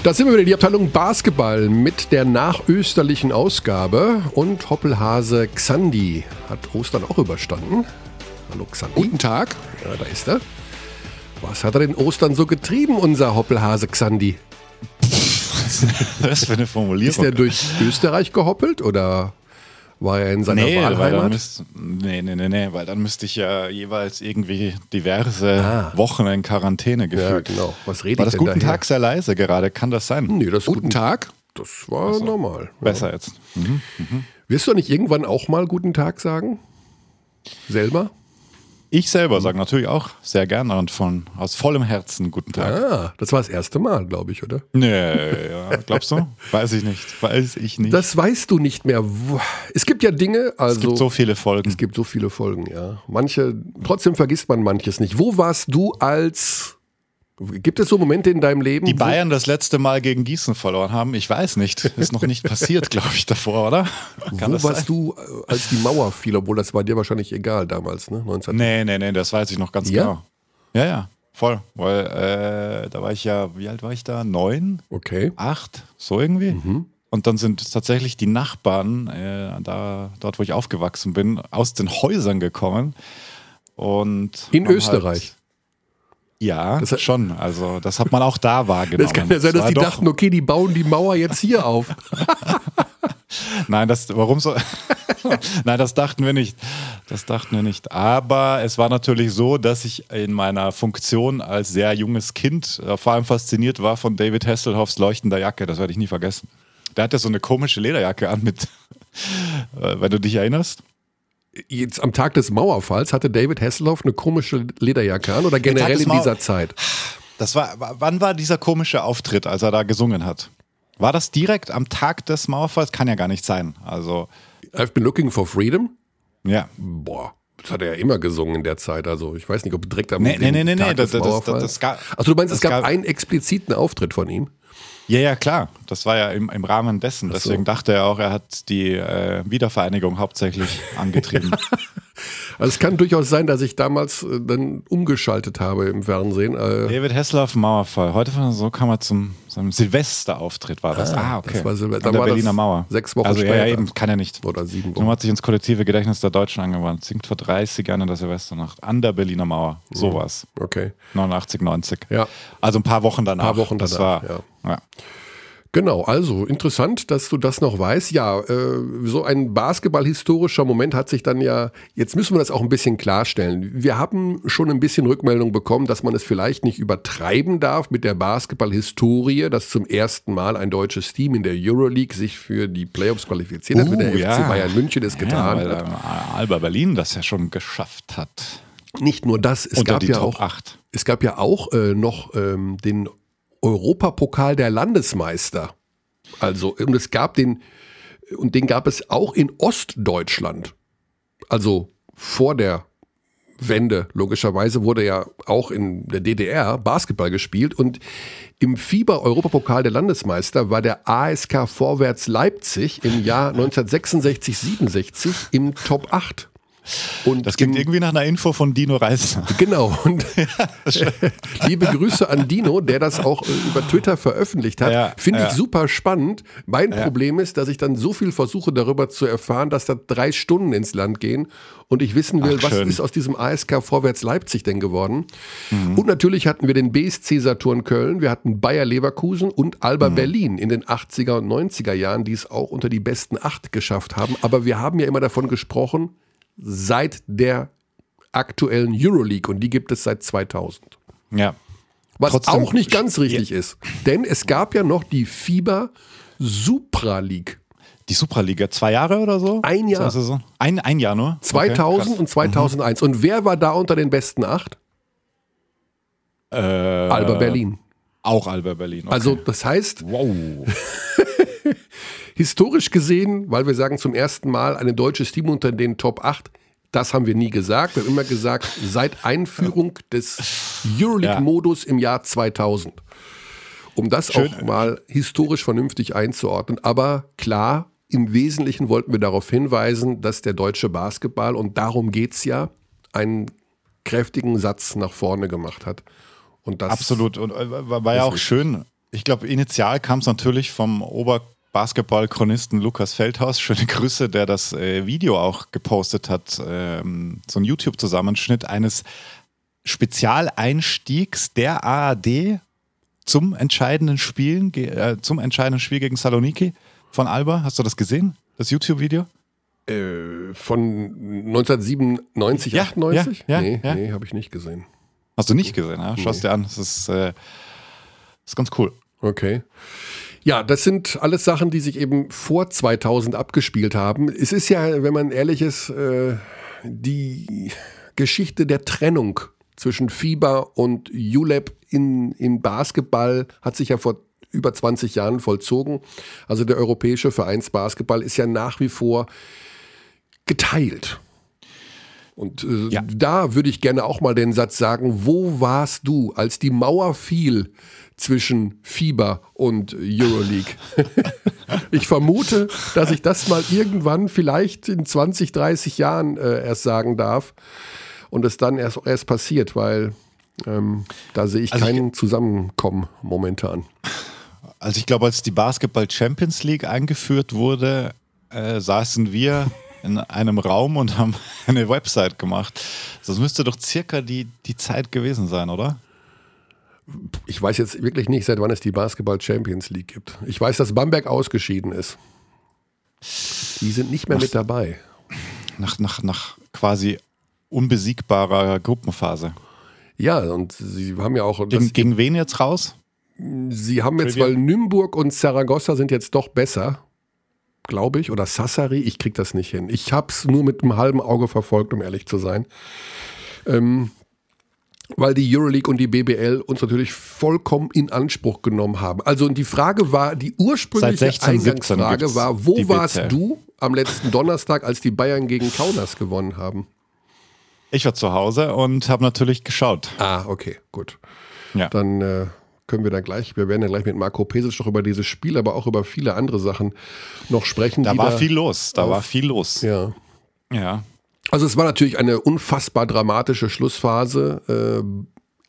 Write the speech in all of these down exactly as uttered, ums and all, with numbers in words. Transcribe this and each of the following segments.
Da sind wir wieder, die Abteilung Basketball mit der nachösterlichen Ausgabe. Und Hoppelhase Xandi hat Ostern auch überstanden. Hallo Xandi. Guten Tag. Ja, da ist er. Was hat er denn Ostern so getrieben, unser Hoppelhase Xandi? Was für eine Formulierung. Ist er durch Österreich gehoppelt oder war er in seiner nee, Wahlheimat? Weil dann müsst, nee, nee, nee, nee, weil dann müsste ich ja jeweils irgendwie diverse ah. Wochen in Quarantäne gefühlt. Ja, genau. Was rede war ich das denn guten daher? Tag sehr leise gerade? Kann das sein? Nee, das guten, guten Tag? Das war also, normal. Besser ja. jetzt. Mhm, mhm. Wirst du nicht irgendwann auch mal guten Tag sagen? Selber? Ich selber sage natürlich auch sehr gerne und von aus vollem Herzen guten Tag. Ah, das war das erste Mal, glaube ich, oder? Nee, ja, glaubst du? Weiß ich nicht. Weiß ich nicht. Das weißt du nicht mehr. Es gibt ja Dinge, also. Es gibt so viele Folgen. Es gibt so viele Folgen, ja. Manche, trotzdem vergisst man manches nicht. Wo warst du als. Gibt es so Momente in deinem Leben? Die Bayern das letzte Mal gegen Gießen verloren haben? Ich weiß nicht. Ist noch nicht passiert, glaube ich, davor, oder? Kann wo warst sein? Du, als die Mauer fiel? Obwohl, das war dir wahrscheinlich egal damals, ne? neunzehn Nee, nee, nee, das weiß ich noch ganz ja? genau. Ja, ja, voll. Weil äh, da war ich ja, wie alt war ich da? Neun? Okay. Acht? So irgendwie? Mhm. Und dann sind tatsächlich die Nachbarn, äh, da, dort wo ich aufgewachsen bin, aus den Häusern gekommen. Und in Österreich? Halt, ja, das schon. Also das hat man auch da wahrgenommen. Das kann ja sein, dass die dachten, okay, die bauen die Mauer jetzt hier auf. Nein, das, warum so? Nein, das dachten wir nicht. Das dachten wir nicht. Aber es war natürlich so, dass ich in meiner Funktion als sehr junges Kind äh, vor allem fasziniert war von David Hasselhoffs leuchtender Jacke. Das werde ich nie vergessen. Der hatte so eine komische Lederjacke an mit, äh, wenn du dich erinnerst. Jetzt am Tag des Mauerfalls hatte David Hasselhoff eine komische Lederjacke an oder generell in dieser Zeit? Das war, wann war dieser komische Auftritt, als er da gesungen hat? War das direkt am Tag des Mauerfalls? Kann ja gar nicht sein. Also I've been looking for freedom? Ja. Boah, das hat er ja immer gesungen in der Zeit. Also ich weiß nicht, ob direkt am nee, nee, nee, nee, Tag nee, des das, Mauerfalls. Das, das, das gab, also du meinst, es gab, gab einen expliziten Auftritt von ihm? Ja, ja, klar. Das war ja im, im Rahmen dessen. So. Deswegen dachte er auch, er hat die äh, Wiedervereinigung hauptsächlich angetrieben. Also es kann durchaus sein, dass ich damals äh, dann umgeschaltet habe im Fernsehen. Äh David Hasselhoff, Mauerfall. Heute von so kam er zum seinem Silvesterauftritt, war das. Ah, ah okay. Das war Silvester. An der Berliner Mauer. Sechs Wochen also, später. Ja, eben, kann er nicht. Oder sieben Wochen. Nun hat sich ins kollektive Gedächtnis der Deutschen angewandt. Singt vor dreißig Jahren in der Silvesternacht an der Berliner Mauer. Sowas. Okay. neunundachtzig, neunzig. Ja. Also ein paar Wochen danach. Ein paar Wochen danach, das war, ja. ja. Genau, also interessant, dass du das noch weißt. Ja, äh, so ein basketballhistorischer Moment hat sich dann ja, jetzt müssen wir das auch ein bisschen klarstellen. Wir haben schon ein bisschen Rückmeldung bekommen, dass man es vielleicht nicht übertreiben darf mit der Basketballhistorie, dass zum ersten Mal ein deutsches Team in der Euroleague sich für die Playoffs qualifiziert hat, uh, mit der ja. F C Bayern München es getan ja, weil, hat. Äh, Alba Berlin das ja schon geschafft hat. Nicht nur das, es Unter gab die ja Top auch, acht. es gab ja auch äh, noch ähm, den Europapokal der Landesmeister. Also, und es gab den, und den gab es auch in Ostdeutschland. Also vor der Wende, logischerweise, wurde ja auch in der D D R Basketball gespielt. Und im FIBA-Europapokal der Landesmeister war der A S K Vorwärts Leipzig im Jahr neunzehnhundertsechsundsechzig siebenundsechzig im Top acht. Und das klingt im, irgendwie nach einer Info von Dino Reisner. Genau. Und äh, liebe Grüße an Dino, der das auch äh, über Twitter veröffentlicht hat. Ja, Finde ja. ich super spannend. Mein ja. Problem ist, dass ich dann so viel versuche, darüber zu erfahren, dass da drei Stunden ins Land gehen und ich wissen will, Ach, was schön. ist aus diesem A S K Vorwärts Leipzig denn geworden. Mhm. Und natürlich hatten wir den B S C Saturn Köln, wir hatten Bayer Leverkusen und Alba mhm. Berlin in den achtziger und neunziger Jahren, die es auch unter die besten acht geschafft haben. Aber wir haben ja immer davon gesprochen, seit der aktuellen Euroleague und die gibt es seit zweitausend. Ja. Was Trotzdem, auch nicht ganz richtig ja. ist, denn es gab ja noch die FIBA Supra League. Die Supraliga, zwei Jahre oder so? Ein Jahr. Also so? ein, ein Jahr nur? zweitausend okay, und zweitausendeins. Mhm. Und wer war da unter den besten acht? Äh, Alba Berlin. Auch Alba Berlin. Okay. Also das heißt, wow. historisch gesehen, weil wir sagen zum ersten Mal ein deutsches Team unter den Top acht, das haben wir nie gesagt. Wir haben immer gesagt, seit Einführung des Euroleague-Modus im Jahr zweitausend. Um das Schön. auch mal historisch vernünftig einzuordnen. Aber klar, im Wesentlichen wollten wir darauf hinweisen, dass der deutsche Basketball, und darum geht's ja, einen kräftigen Satz nach vorne gemacht hat. Und das Absolut. Und äh, war, war ja auch schön, Ich glaube, initial kam es natürlich vom Oberbasketball-Chronisten Lukas Feldhaus, schöne Grüße, der das äh, Video auch gepostet hat, ähm, so ein YouTube-Zusammenschnitt eines Spezialeinstiegs der A R D zum entscheidenden Spielen, äh, zum entscheidenden Spiel gegen Saloniki von Alba. Hast du das gesehen, das YouTube-Video? Äh, von neunzehnhundertsiebenundneunzig, Ja, achtundneunzig? ja, ja, nee, ja. nee, habe ich nicht gesehen. Hast du nicht gesehen, ja? Schau es dir an, das ist, äh, das ist ganz cool. Okay. Ja, das sind alles Sachen, die sich eben vor zweitausend abgespielt haben. Es ist ja, wenn man ehrlich ist, äh, die Geschichte der Trennung zwischen FIBA und U L E P in, im Basketball hat sich ja vor über zwanzig Jahren vollzogen. Also der europäische Vereinsbasketball ist ja nach wie vor geteilt. Und äh, Ja. da würde ich gerne auch mal den Satz sagen, wo warst du, als die Mauer fiel zwischen FIBA und Euroleague? Ich vermute, dass ich das mal irgendwann vielleicht in zwanzig, dreißig Jahren äh, erst sagen darf und es dann erst, erst passiert, weil ähm, da sehe ich Also ich- kein Zusammenkommen momentan. Also ich glaube, als die Basketball Champions League eingeführt wurde, äh, saßen wir in einem Raum und haben eine Website gemacht. Das müsste doch circa die, die Zeit gewesen sein, oder? Ich weiß jetzt wirklich nicht, seit wann es die Basketball Champions League gibt. Ich weiß, dass Bamberg ausgeschieden ist. Die sind nicht mehr mit dabei. Nach, nach, nach quasi unbesiegbarer Gruppenphase. Ja, und sie haben ja auch... Gegen, Das, gegen wen jetzt raus? sie haben jetzt, Trivia? weil Nymburk und Zaragoza sind jetzt doch besser, glaube ich, oder Sassari, ich krieg das nicht hin. Ich habe es nur mit einem halben Auge verfolgt, um ehrlich zu sein. Ähm, weil die Euroleague und die B B L uns natürlich vollkommen in Anspruch genommen haben. Also und die Frage war, die ursprüngliche Seit sechzehn, siebzehn Eingangsfrage gibt's war, wo die warst B C L? du am letzten Donnerstag, als die Bayern gegen Kaunas gewonnen haben? Ich war zu Hause und habe natürlich geschaut. Ah, okay, gut. Ja. Dann äh, können wir da gleich, wir werden ja gleich mit Marco Pesic noch über dieses Spiel, aber auch über viele andere Sachen noch sprechen. Da die war viel los. Da auf- war viel los. Ja. Ja. Also es war natürlich eine unfassbar dramatische Schlussphase. Ähm,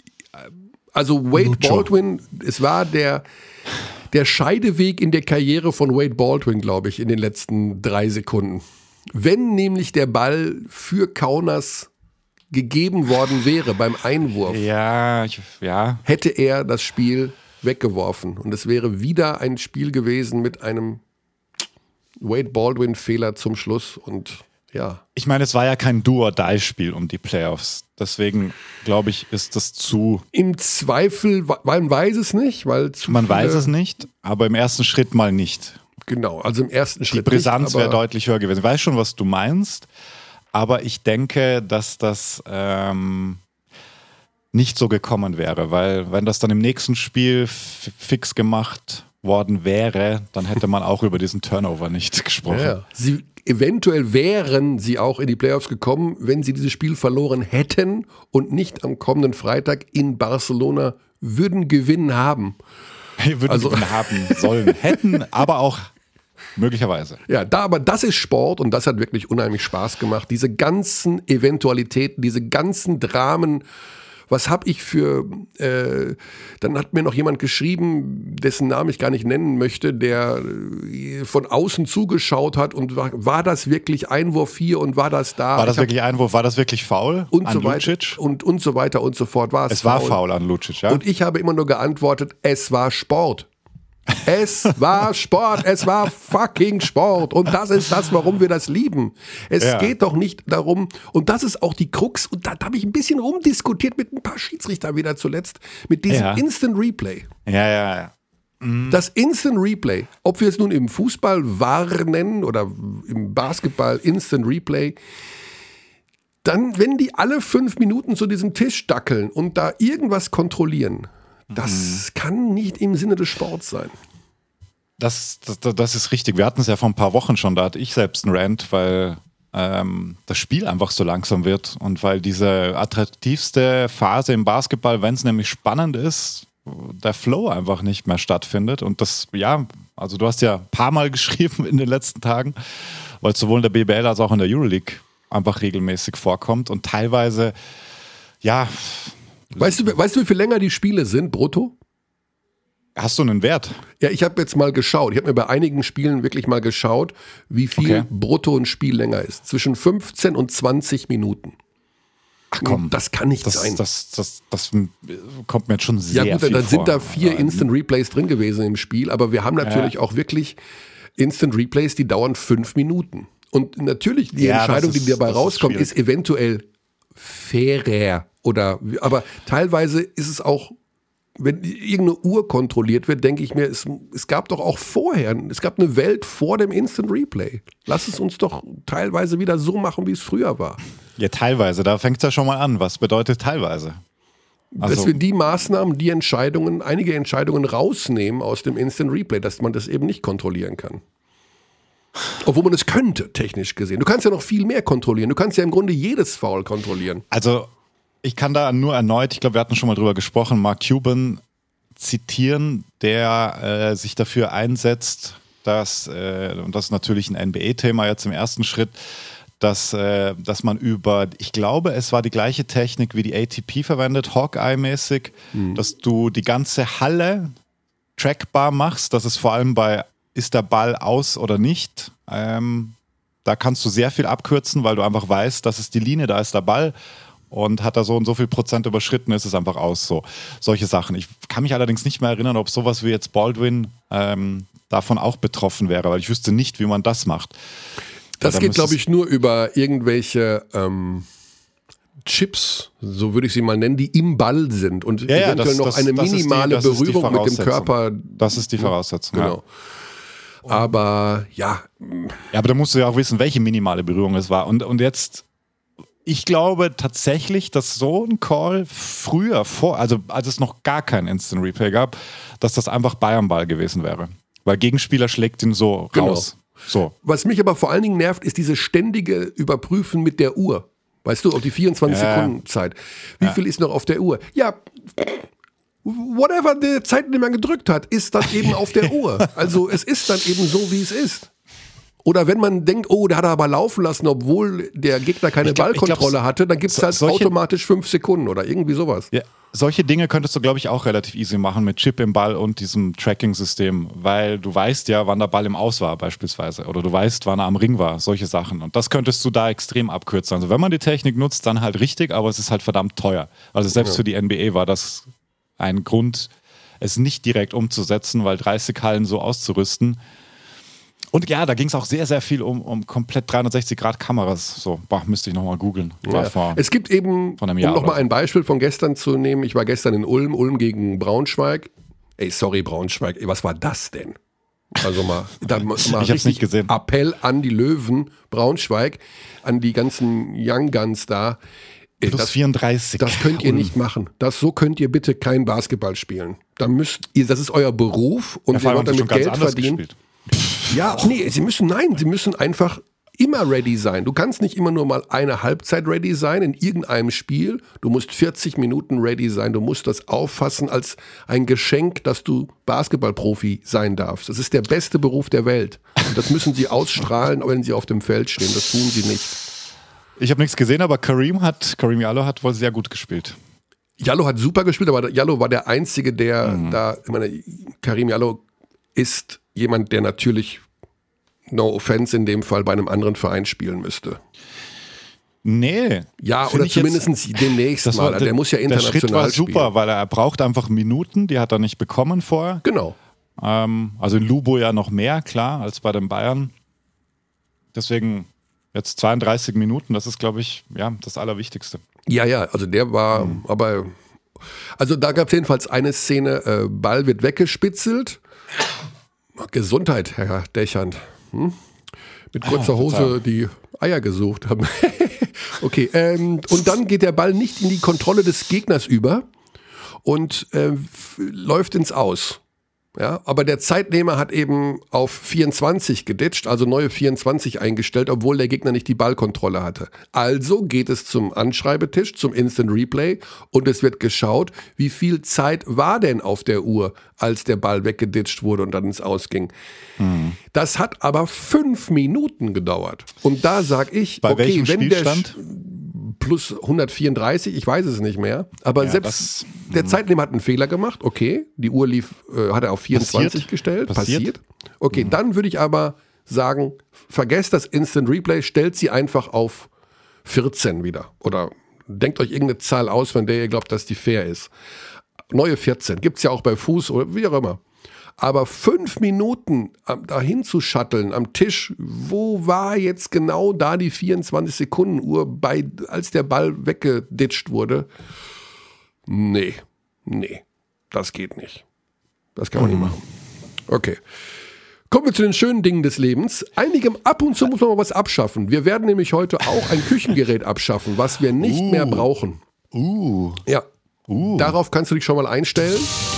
Also Wade Lucho. Baldwin, es war der, der Scheideweg in der Karriere von Wade Baldwin, glaube ich, in den letzten drei Sekunden. Wenn nämlich der Ball für Kaunas gegeben worden wäre beim Einwurf, Ja, ich, ja. hätte er das Spiel weggeworfen. Und es wäre wieder ein Spiel gewesen mit einem Wade Baldwin-Fehler zum Schluss. Und ja, Ich meine, es war ja kein Do-or-Die-Spiel um die Playoffs. Deswegen, glaube ich, ist das zu... im Zweifel, man weiß es nicht, weil zu Man viele, weiß es nicht, aber im ersten Schritt mal nicht. Genau, also im ersten Die Schritt Brisanz nicht, wäre aber- deutlich höher gewesen. Ich weiß schon, was du meinst, aber ich denke, dass das ähm, nicht so gekommen wäre, weil wenn das dann im nächsten Spiel f- fix gemacht worden wäre, dann hätte man auch über diesen Turnover nicht gesprochen. Ja, ja. Sie, eventuell wären sie auch in die Playoffs gekommen, wenn sie dieses Spiel verloren hätten und nicht am kommenden Freitag in Barcelona würden gewinnen haben. Wir würden Also- also, haben sollen, hätten, aber auch möglicherweise. Ja, da, aber das ist Sport und das hat wirklich unheimlich Spaß gemacht. Diese ganzen Eventualitäten, diese ganzen Dramen. Was habe ich für, äh, dann hat mir noch jemand geschrieben, dessen Namen ich gar nicht nennen möchte, der äh, von außen zugeschaut hat und war, war das wirklich Einwurf hier und war das da? War das Ich hab- wirklich Einwurf? War das wirklich faul und an so weiter Lucic? und, und so weiter und so fort. War es Es war faul? faul an Lucic, ja? Und ich habe immer nur geantwortet, es war Sport. Es war Sport, es war fucking Sport. Und das ist das, warum wir das lieben. Es Ja. geht doch nicht darum, und das ist auch die Krux, und da, da habe ich ein bisschen rumdiskutiert mit ein paar Schiedsrichter wieder zuletzt, mit diesem Ja. Instant Replay. ja, ja, ja. Das Instant Replay, ob wir es nun im Fußball V A R nennen oder im Basketball Instant Replay, dann, wenn die alle fünf Minuten zu diesem Tisch dackeln und da irgendwas kontrollieren, das kann nicht im Sinne des Sports sein. Das, das, das ist richtig. Wir hatten es ja vor ein paar Wochen schon, da hatte ich selbst einen Rant, weil ähm, das Spiel einfach so langsam wird und weil diese attraktivste Phase im Basketball, wenn es nämlich spannend ist, der Flow einfach nicht mehr stattfindet. Und das, ja, also du hast ja ein paar Mal geschrieben in den letzten Tagen, weil es sowohl in der B B L als auch in der Euroleague einfach regelmäßig vorkommt und teilweise, ja, Weißt du, weißt du, wie viel länger die Spiele sind, brutto? Hast du einen Wert? Ja, ich habe jetzt mal geschaut. Ich habe mir bei einigen Spielen wirklich mal geschaut, wie viel Okay. brutto ein Spiel länger ist. Zwischen fünfzehn und zwanzig Minuten. Ach komm, Das kann nicht das, sein. das, das, das, das kommt mir jetzt schon sehr Ja gut, viel dann vor. sind da vier Aber, Instant Replays drin gewesen im Spiel, aber wir haben natürlich Ja. auch wirklich Instant Replays, die dauern fünf Minuten. Und natürlich die Ja, Entscheidung, das ist- die dabei das ist rauskommt, schwierig. ist eventuell fairer oder, aber teilweise ist es auch, wenn irgendeine Uhr kontrolliert wird, denke ich mir, es, es gab doch auch vorher, es gab eine Welt vor dem Instant Replay. Lass es uns doch teilweise wieder so machen, wie es früher war. ja, teilweise, da fängt es ja schon mal an. Was bedeutet teilweise? Dass Also, wir die Maßnahmen, die Entscheidungen, einige Entscheidungen rausnehmen aus dem Instant Replay, dass man das eben nicht kontrollieren kann. Obwohl man es könnte, technisch gesehen. Du kannst ja noch viel mehr kontrollieren. Du kannst ja im Grunde jedes Foul kontrollieren. also ich kann da nur erneut, ich glaube, wir hatten schon mal drüber gesprochen, Mark Cuban zitieren, der äh, sich dafür einsetzt, dass, äh, und das ist natürlich ein N B A-Thema jetzt im ersten Schritt, dass, äh, dass man über, ich glaube, es war die gleiche Technik, wie die A T P verwendet, Hawkeye-mäßig, dass du die ganze Halle trackbar machst, dass es vor allem bei, ist der Ball aus oder nicht, ähm, da kannst du sehr viel abkürzen, weil du einfach weißt, das ist die Linie, da ist der Ball. Und hat er so und so viel Prozent überschritten, ist es einfach aus. So solche Sachen. Ich kann mich allerdings nicht mehr erinnern, ob sowas wie jetzt Baldwin ähm, davon auch betroffen wäre, weil ich wüsste nicht, wie man das macht. Das Ja, da geht, glaube müsstest- ich, nur über irgendwelche ähm, Chips, so würde ich sie mal nennen, die im Ball sind und Ja, ja, eventuell das- noch das- eine das ist die- minimale das ist die Berührung mit dem Voraussetzung. Körper. Das ist die Voraussetzung. Genau. Aber ja, Ja. ja, aber da musst du ja auch wissen, welche minimale Berührung es war. Und, und jetzt, ich glaube tatsächlich, dass so ein Call früher, vor, also als es noch gar kein Instant Replay gab, dass das einfach Bayern-Ball gewesen wäre. Weil Gegenspieler schlägt ihn so Genau. raus. So. was mich aber vor allen Dingen nervt, ist diese ständige Überprüfen mit der Uhr. Weißt du, auf die vierundzwanzig Ja. Sekunden Zeit. Wie viel ist noch auf der Uhr? Ja, whatever der Zeitnehmer gedrückt hat, ist dann eben auf der Uhr. Also es ist dann eben so, wie es ist. Oder wenn man denkt, oh, der hat er aber laufen lassen, obwohl der Gegner keine Ich glaub- ich Ballkontrolle glaub, hatte, dann gibt es so- halt solche- automatisch fünf Sekunden oder irgendwie sowas. Ja, solche Dinge könntest du, glaube ich, auch relativ easy machen mit Chip im Ball und diesem Tracking-System, weil du weißt ja, wann der Ball im Aus war beispielsweise oder du weißt, wann er am Ring war, solche Sachen. Und das könntest du da extrem abkürzen. Also wenn man die Technik nutzt, dann halt richtig, aber es ist halt verdammt teuer. Also selbst für die N B A war das ein Grund, es nicht direkt umzusetzen, weil dreißig Hallen so auszurüsten. Und ja, da ging es auch sehr, sehr viel um, um komplett dreihundertsechzig Grad Kameras. So, boah, müsste ich nochmal googeln. War Ja. vor- Es gibt eben, von einem um Jahr nochmal oder so. ein Beispiel von gestern zu nehmen, ich war gestern in Ulm, Ulm gegen Braunschweig. Ey, sorry Braunschweig, ey, was war das denn? Also mal, da, mal Ich hab's richtig nicht gesehen. Appell an die Löwen Braunschweig, an die ganzen Young Guns da. Ey, Plus das, vierunddreißig. das könnt ihr Ulm. nicht machen. Das, so könnt ihr bitte kein Basketball spielen. Da müsst ihr, das ist euer Beruf und Ja, vor ihr allem wollt haben sie damit schon ganz Geld anders verdienen. gespielt. Ja, nee, sie müssen, nein, sie müssen einfach immer ready sein. Du kannst nicht immer nur mal eine Halbzeit ready sein in irgendeinem Spiel. Du musst vierzig Minuten ready sein. Du musst das auffassen als ein Geschenk, dass du Basketballprofi sein darfst. Das ist der beste Beruf der Welt. Und das müssen sie ausstrahlen, wenn sie auf dem Feld stehen. Das tun sie nicht. Ich habe nichts gesehen, aber Kareem hat, Kareem Jallow hat wohl sehr gut gespielt. Jallow hat super gespielt, aber Jallow war der Einzige, der Mhm. da, ich meine, Kareem Jallow ist jemand, der natürlich, no offense in dem Fall, bei einem anderen Verein spielen müsste. Nee. Ja, Find oder ich jetzt- zumindest demnächst Das mal. war, Der, muss ja der international Schritt war spielen. super, weil er, er braucht einfach Minuten, die hat er nicht bekommen vorher. Genau. Ähm, also in Lubo ja noch mehr, klar, als bei den Bayern. Deswegen jetzt zweiunddreißig Minuten, das ist, glaube ich, ja, das Allerwichtigste. Ja, ja, also der war, Mhm. aber, also da gab es jedenfalls eine Szene, äh, Ball wird weggespitzelt. Gesundheit, Herr Dächern. Hm? Mit kurzer Ah, Hose Verzeihung. die Eier gesucht haben. Okay, ähm, und dann geht der Ball nicht in die Kontrolle des Gegners über und äh, f- läuft ins Aus. Ja, aber der Zeitnehmer hat eben auf vierundzwanzig geditscht, also neue vierundzwanzig eingestellt, obwohl der Gegner nicht die Ballkontrolle hatte. Also geht es zum Anschreibetisch, zum Instant Replay und es wird geschaut, wie viel Zeit war denn auf der Uhr, als der Ball weggeditscht wurde und dann ins Ausging. Mhm. Das hat aber fünf Minuten gedauert. Und da sag ich, Bei okay, welchem wenn der Spielstand? Sch- plus hundertvierunddreißig, ich weiß es nicht mehr. Aber Ja, selbst das- der Zeitnehmer hat einen Fehler gemacht, okay. Die Uhr lief, äh, hat er auf vierundzwanzig Passiert. gestellt, passiert. Passiert. Okay, dann würde ich aber sagen, vergesst das Instant Replay, stellt sie einfach auf vierzehn wieder. Oder denkt euch irgendeine Zahl aus, von der ihr glaubt, dass die fair ist. Neue vierzehn, gibt es ja auch bei Fuß oder wie auch immer. Aber fünf Minuten am- dahin zu shutteln am Tisch, wo war jetzt genau da die vierundzwanzig Sekunden Uhr, bei, als der Ball weggeditscht wurde? Nee, nee, das geht nicht. Das kann man nicht machen. Okay. Kommen wir zu den schönen Dingen des Lebens. Einigem ab und zu muss man mal was abschaffen. Wir werden nämlich heute auch ein Küchengerät abschaffen, was wir nicht Uh. mehr brauchen. Uh, Ja, uh. darauf kannst du dich schon mal einstellen.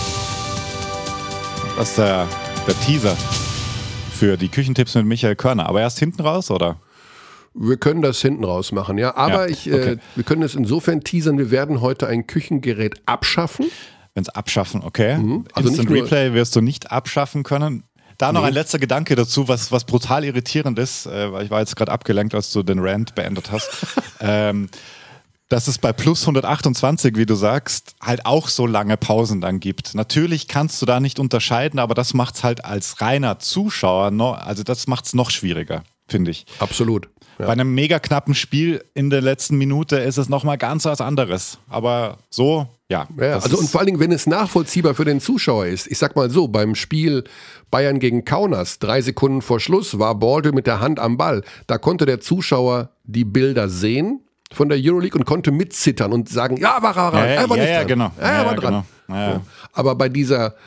Das ist der, der Teaser für die Küchentipps mit Michael Körner. Aber erst hinten raus, oder? Wir können das hinten raus machen, ja. Aber Ja, ich, äh, okay. wir können es insofern teasern, wir werden heute ein Küchengerät abschaffen. Wenn es abschaffen, okay. Also Also nicht Instant nur- Replay wirst du nicht abschaffen können. Da noch Nee. ein letzter Gedanke dazu, was, was brutal irritierend ist, äh, weil ich war jetzt gerade abgelenkt, als du den Rant beendet hast. ähm, dass es bei plus hundertachtundzwanzig, wie du sagst, halt auch so lange Pausen dann gibt. Natürlich kannst du da nicht unterscheiden, aber das macht es halt als reiner Zuschauer, noch, also das macht es noch schwieriger, finde ich. Absolut. Ja. Bei einem mega knappen Spiel in der letzten Minute ist es nochmal ganz was anderes. Aber so, ja. Ja, das also ist- und vor allen Dingen, wenn es nachvollziehbar für den Zuschauer ist. Ich sag mal so, beim Spiel Bayern gegen Kaunas, drei Sekunden vor Schluss, war Balde mit der Hand am Ball. Da konnte der Zuschauer die Bilder sehen von der Euroleague und konnte mitzittern und sagen, ja, war er, Ja, ja, er war ja, nicht ja, dran. genau. Ja, er Ja, war ja, dran. genau. Ja, ja. So. Aber bei dieser,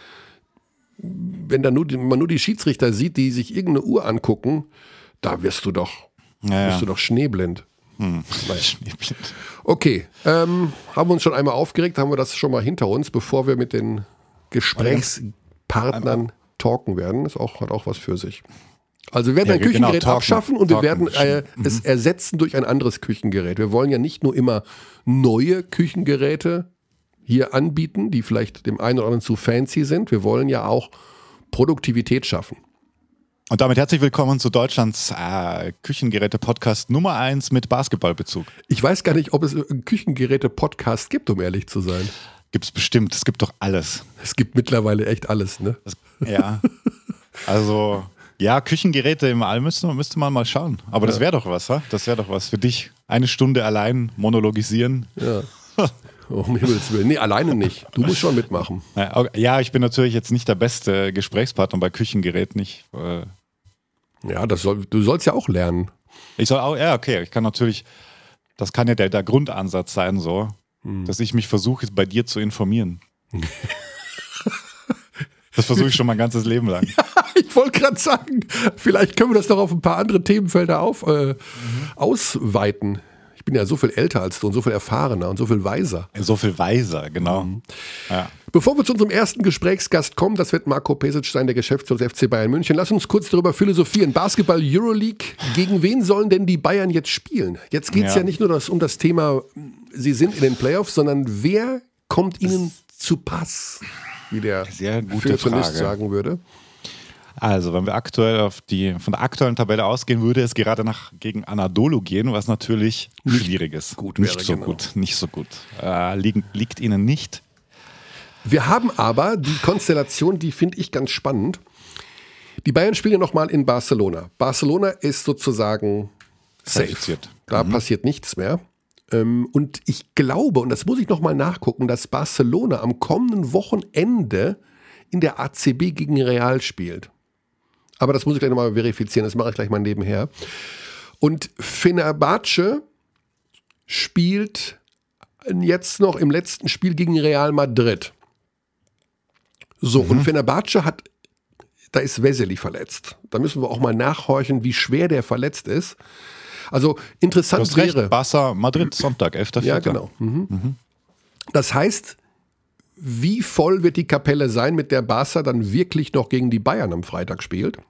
wenn da nur, die- man nur die Schiedsrichter sieht, die sich irgendeine Uhr angucken, da wirst du doch, Ja, wirst ja. du doch schneeblind. Schneeblind. Okay, ähm, haben wir uns schon einmal aufgeregt, haben wir das schon mal hinter uns, bevor wir mit den Gesprächspartnern talken werden. Das auch, hat auch was für sich. Also wir werden Ja, ein genau, Küchengerät talken, abschaffen und wir talken, werden äh, es ersetzen durch ein anderes Küchengerät. Wir wollen ja nicht nur immer neue Küchengeräte hier anbieten, die vielleicht dem einen oder anderen zu fancy sind. Wir wollen ja auch Produktivität schaffen. Und damit herzlich willkommen zu Deutschlands äh, Küchengeräte-Podcast Nummer eins mit Basketballbezug. Ich weiß gar nicht, ob es einen Küchengeräte-Podcast gibt, um ehrlich zu sein. Gibt's bestimmt, es gibt doch alles. Es gibt mittlerweile echt alles, ne? Das, ja, also ja, Küchengeräte im All müsste, müsste man mal schauen. Aber das wäre doch was, ha? Das wäre doch was für dich. Eine Stunde allein monologisieren. Ja. Um Himmels Willen. Nee, alleine nicht. Du musst schon mitmachen. Ja, okay. Ja, ich bin natürlich jetzt nicht der beste Gesprächspartner bei Küchengeräten. Ich, äh, Ja, das soll, du sollst ja auch lernen. ich soll auch, ja, okay, ich kann natürlich, das kann ja der, der Grundansatz sein, so, dass ich mich versuche, bei dir zu informieren. Das versuche ich schon mein ganzes Leben lang. Ich wollte gerade sagen, vielleicht können wir das noch auf ein paar andere Themenfelder auf, äh, ausweiten. Ich bin ja so viel älter als du und so viel erfahrener und so viel weiser. So viel weiser, genau. Ja. Bevor wir zu unserem ersten Gesprächsgast kommen, das wird Marco Pesic sein, der Geschäftsführer des F C Bayern München. Lass uns kurz darüber philosophieren. Basketball Euroleague, gegen wen sollen denn die Bayern jetzt spielen? Jetzt geht es ja. Ja. nicht nur das, um das Thema, sie sind in den Playoffs, sondern wer kommt ihnen zu Pass, wie der Sehr gute Feuilletonist Frage. sagen würde. Also, wenn wir aktuell auf die, von der aktuellen Tabelle ausgehen, würde es gerade nach gegen Anadolu gehen, was natürlich schwierig ist. gut nicht wäre, so genau. gut, nicht so gut. Äh, liegen, liegt ihnen nicht. Wir haben aber die Konstellation, die finde ich ganz spannend. Die Bayern spielen ja nochmal in Barcelona. Barcelona ist sozusagen safe. Qualifiziert. Da passiert nichts mehr. Ähm, Und ich glaube, und das muss ich nochmal nachgucken, dass Barcelona am kommenden Wochenende in der A C B gegen Real spielt. Aber das muss ich gleich nochmal verifizieren, das mache ich gleich mal nebenher. Und Fenerbahce spielt jetzt noch im letzten Spiel gegen Real Madrid. So, und Fenerbahce hat, da ist Vesely verletzt. Da müssen wir auch mal nachhorchen, wie schwer der verletzt ist. Also Du interessant hast recht, wäre. Barca, Madrid, Sonntag, elfter Ja, Vierter. genau. Mhm. Das heißt, wie voll wird die Kapelle sein, mit der Barca dann wirklich noch gegen die Bayern am Freitag spielt?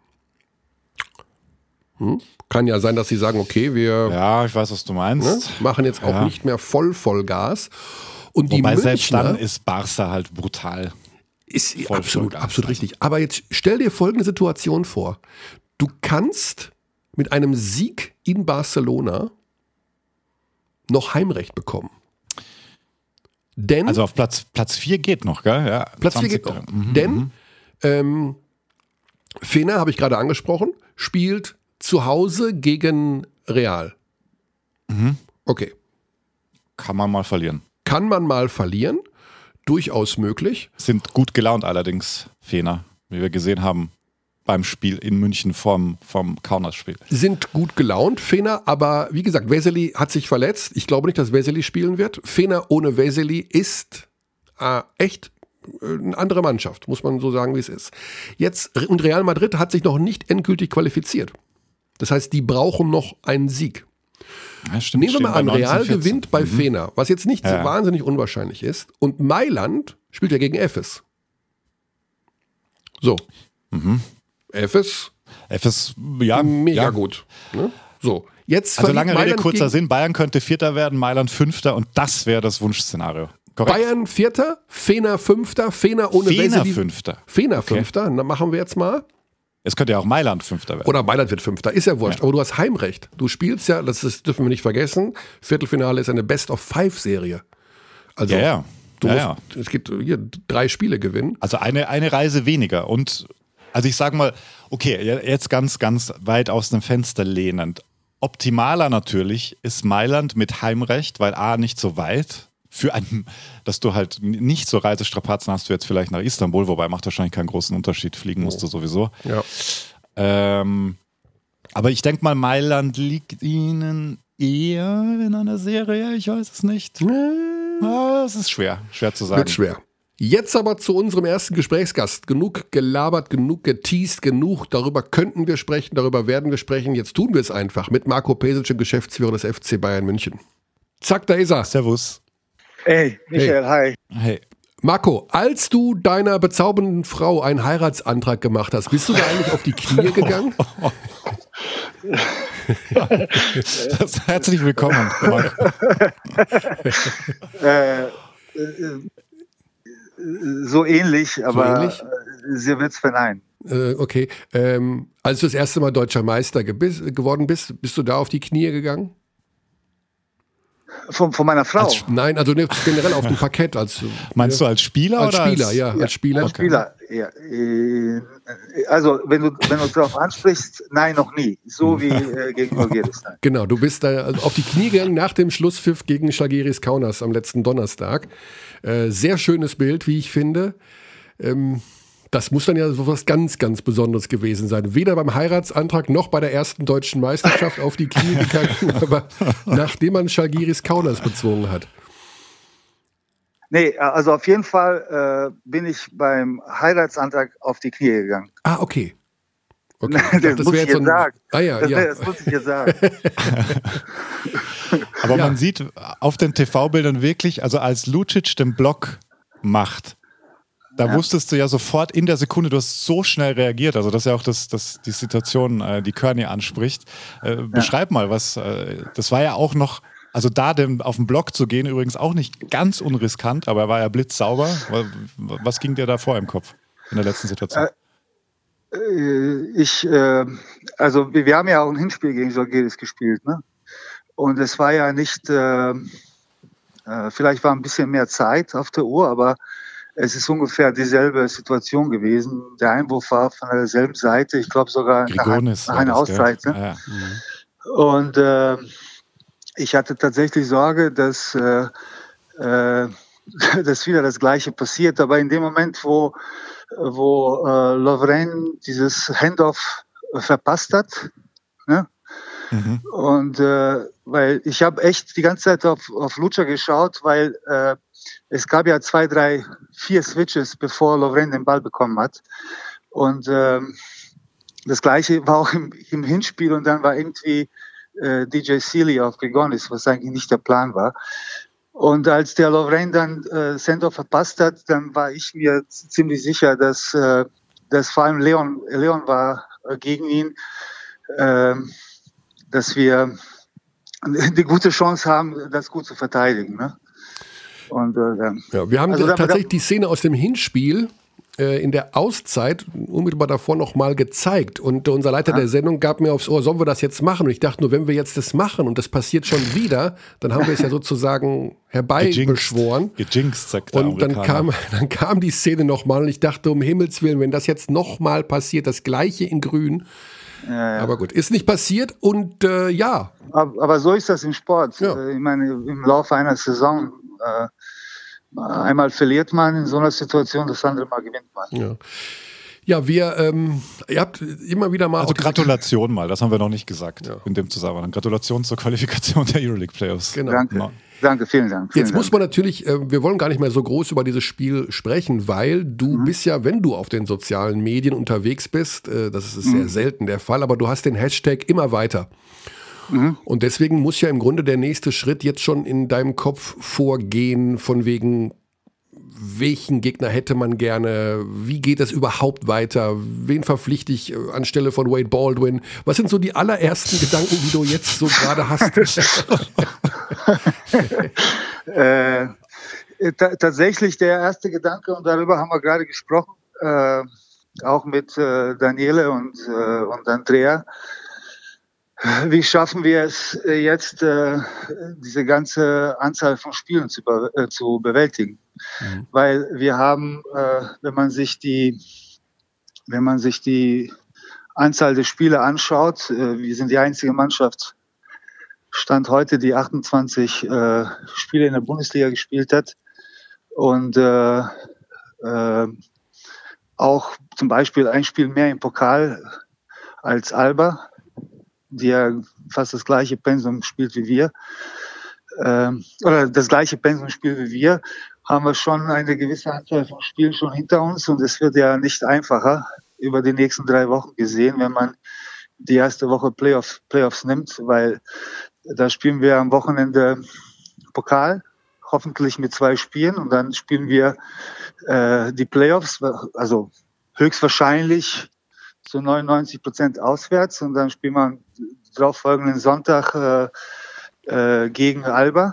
Hm? Kann ja sein, dass sie sagen, okay, wir Ja, ich weiß, was du meinst. ne, machen jetzt auch Ja. nicht mehr voll Vollgas. Und die Wobei selbst Münchner dann ist Barca halt brutal. ist voll absolut, Vollgas. absolut richtig. Aber jetzt stell dir folgende Situation vor. Du kannst mit einem Sieg in Barcelona noch Heimrecht bekommen. Denn, also auf Platz, Platz vier geht noch, gell? Ja, Platz vier geht noch. Mhm, Denn mhm. ähm, Fener, habe ich gerade angesprochen, spielt zu Hause gegen Real. Mhm. Okay. Kann man mal verlieren. Kann man mal verlieren. Durchaus möglich. Sind gut gelaunt allerdings, Fener, wie wir gesehen haben beim Spiel in München vom, vom Kaunas-Spiel. Sind gut gelaunt, Fener, aber wie gesagt, Vesely hat sich verletzt. Ich glaube nicht, dass Vesely spielen wird. Fener ohne Vesely ist äh, echt eine andere Mannschaft, muss man so sagen, wie es ist. Jetzt, und Real Madrid hat sich noch nicht endgültig qualifiziert. Das heißt, die brauchen noch einen Sieg. Ja, stimmt, Nehmen wir mal an, Real gewinnt bei mhm. Fener, was jetzt nicht ja. so wahnsinnig unwahrscheinlich ist. Und Mailand spielt ja gegen Efes. So. Mhm. Efes. Efes, ja. Mega ja. gut. Ne? So. Jetzt also lange Rede, kurzer gegen Sinn. Bayern könnte Vierter werden, Mailand Fünfter und das wäre das Wunschszenario. Korrekt? Bayern Vierter, Fener Fünfter, Fener ohne Fener Vesely. Fünfter. Fener okay. Fünfter, dann machen wir jetzt mal. Es könnte ja auch Mailand Fünfter werden. Oder Mailand wird Fünfter, ist ja wurscht. Ja. Aber du hast Heimrecht. Du spielst ja, das ist, dürfen wir nicht vergessen, Viertelfinale ist eine Best-of-Five-Serie. Also ja, ja. Du ja, musst, ja. es gibt hier drei Spiele gewinnen. Also eine, eine Reise weniger. Und also ich sage mal, okay, jetzt ganz, ganz weit aus dem Fenster lehnend. Optimaler natürlich ist Mailand mit Heimrecht, weil A, nicht so weit. Für einen, dass du halt nicht so Reisestrapazen hast du jetzt vielleicht nach Istanbul, wobei macht wahrscheinlich keinen großen Unterschied, fliegen musst du sowieso. Ja. Ähm, aber ich denke mal, Mailand liegt ihnen eher in einer Serie, ich weiß es nicht. Ah, es ist schwer, schwer zu sagen. Wird schwer. Jetzt aber zu unserem ersten Gesprächsgast. Genug gelabert, genug geteased, genug. Darüber könnten wir sprechen, darüber werden wir sprechen. Jetzt tun wir es einfach mit Marco Pesic, dem Geschäftsführer des F C Bayern München. Zack, da ist er. Servus. Hey, Michael, hey. Hi. Hey. Marco, als du deiner bezaubernden Frau einen Heiratsantrag gemacht hast, bist du da eigentlich auf die Knie gegangen? Das, herzlich willkommen, Marco. äh, äh, so ähnlich, aber so ähnlich? Sie wird es verneinen. Äh, okay. Ähm, als du das erste Mal deutscher Meister gebiss, geworden bist, bist du da auf die Knie gegangen? Von, von meiner Frau? Als, nein, also generell auf dem Parkett. Als, Meinst du als Spieler? Als oder Spieler, als, ja, ja, als Spieler. Als Spieler, ja. Also, wenn du, wenn du darauf ansprichst, nein, noch nie. So wie äh, gegen Žalgiris. Genau, du bist da also auf die Knie gegangen nach dem Schlusspfiff gegen Žalgiris Kaunas am letzten Donnerstag. Äh, sehr schönes Bild, wie ich finde. Ähm, Das muss dann ja so was ganz, ganz Besonderes gewesen sein. Weder beim Heiratsantrag noch bei der ersten deutschen Meisterschaft auf die Knie gegangen, aber nachdem man Žalgiris Kaunas bezwungen hat. Nee, also auf jeden Fall äh, bin ich beim Heiratsantrag auf die Knie gegangen. Ah, okay. okay. das, dachte, das muss ich jetzt so ein... sagen. Ah, ja, das, ja. das muss ich jetzt sagen. Aber ja. man sieht auf den T V-Bildern wirklich, also als Lucic den Block macht, da ja. wusstest du ja sofort in der Sekunde, du hast so schnell reagiert. Also das ist ja auch das, das, die Situation, äh, die Körny anspricht. Äh, ja. Beschreib mal, was, äh, das war ja auch noch, also da dem, auf den Block zu gehen, übrigens auch nicht ganz unriskant, aber er war ja blitzsauber. Was ging dir da vor im Kopf in der letzten Situation? Äh, ich, äh, also wir, wir haben ja auch ein Hinspiel gegen Žalgiris gespielt, ne? Und es war ja nicht, äh, äh, vielleicht war ein bisschen mehr Zeit auf der Uhr, aber es ist ungefähr dieselbe Situation gewesen. Der Einwurf war von derselben Seite, ich glaube sogar Grigonis nach, nach einer Auszeit. Ne? Ja. Mhm. Und äh, ich hatte tatsächlich Sorge, dass, äh, äh, dass wieder das Gleiche passiert. Aber in dem Moment, wo, wo äh, Lovren dieses Handoff verpasst hat, ne? Mhm. Und äh, weil ich habe echt die ganze Zeit auf, auf Lucha geschaut, weil äh, es gab ja zwei, drei, vier Switches, bevor Lovren den Ball bekommen hat. Und ähm, das Gleiche war auch im, im Hinspiel und dann war irgendwie äh, D J Sealy auf Grigonis, was eigentlich nicht der Plan war. Und als der Lovren dann äh, Sendor verpasst hat, dann war ich mir ziemlich sicher, dass, äh, dass vor allem Leon, Leon war äh, gegen ihn, äh, dass wir eine gute Chance haben, das gut zu verteidigen. Ne? Und, äh, ja, wir haben also tatsächlich die Szene aus dem Hinspiel äh, in der Auszeit unmittelbar davor noch mal gezeigt. Und unser Leiter ja. der Sendung gab mir aufs Ohr, sollen wir das jetzt machen? Und ich dachte nur, wenn wir jetzt das machen und das passiert schon wieder, dann haben wir es ja sozusagen herbeibeschworen. Gejinxt, sagt der Und dann Amerikaner. kam, dann kam die Szene nochmal und ich dachte, um Himmels Willen, wenn das jetzt nochmal passiert, das Gleiche in Grün. Ja, ja. Aber gut, ist nicht passiert und äh, ja. Aber, aber so ist das im Sport. Ja. Ich meine, im Laufe einer Saison äh, einmal verliert man in so einer Situation, das andere Mal gewinnt man. Ja, ja wir, ähm, ihr habt immer wieder mal... Also Gratulation mal, das haben wir noch nicht gesagt ja. in dem Zusammenhang. Gratulation zur Qualifikation der Euroleague Playoffs. Genau. Danke. Ja. Danke, vielen Dank. Vielen Jetzt Dank. muss man natürlich, äh, wir wollen gar nicht mehr so groß über dieses Spiel sprechen, weil du mhm. bist ja, wenn du auf den sozialen Medien unterwegs bist, äh, das ist mhm. sehr selten der Fall, aber du hast den Hashtag immer weiter. Mhm. Und deswegen muss ja im Grunde der nächste Schritt jetzt schon in deinem Kopf vorgehen, von wegen, welchen Gegner hätte man gerne, wie geht es überhaupt weiter, wen verpflichte ich anstelle von Wade Baldwin? Was sind so die allerersten Gedanken, die du jetzt so gerade hast? äh, t- tatsächlich der erste Gedanke, und darüber haben wir gerade gesprochen, äh, auch mit äh, Daniele und, äh, und Andrea. Wie schaffen wir es jetzt, äh, diese ganze Anzahl von Spielen zu, be- äh, zu bewältigen? Mhm. Weil wir haben, äh, wenn man sich die, wenn man sich die Anzahl der Spiele anschaut, äh, wir sind die einzige Mannschaft, Stand heute, die achtundzwanzig äh, Spiele in der Bundesliga gespielt hat und äh, äh, auch zum Beispiel ein Spiel mehr im Pokal als Alba, die ja fast das gleiche Pensum spielt wie wir, äh, oder das gleiche Pensum spielt wie wir, haben wir schon eine gewisse Anzahl von Spielen schon hinter uns und es wird ja nicht einfacher über die nächsten drei Wochen gesehen, wenn man die erste Woche Playoff, Playoffs nimmt, weil da spielen wir am Wochenende Pokal, hoffentlich mit zwei Spielen und dann spielen wir äh, die Playoffs, also höchstwahrscheinlich zu neunundneunzig Prozent auswärts und dann spielen wir am darauffolgenden Sonntag äh, äh, gegen Alba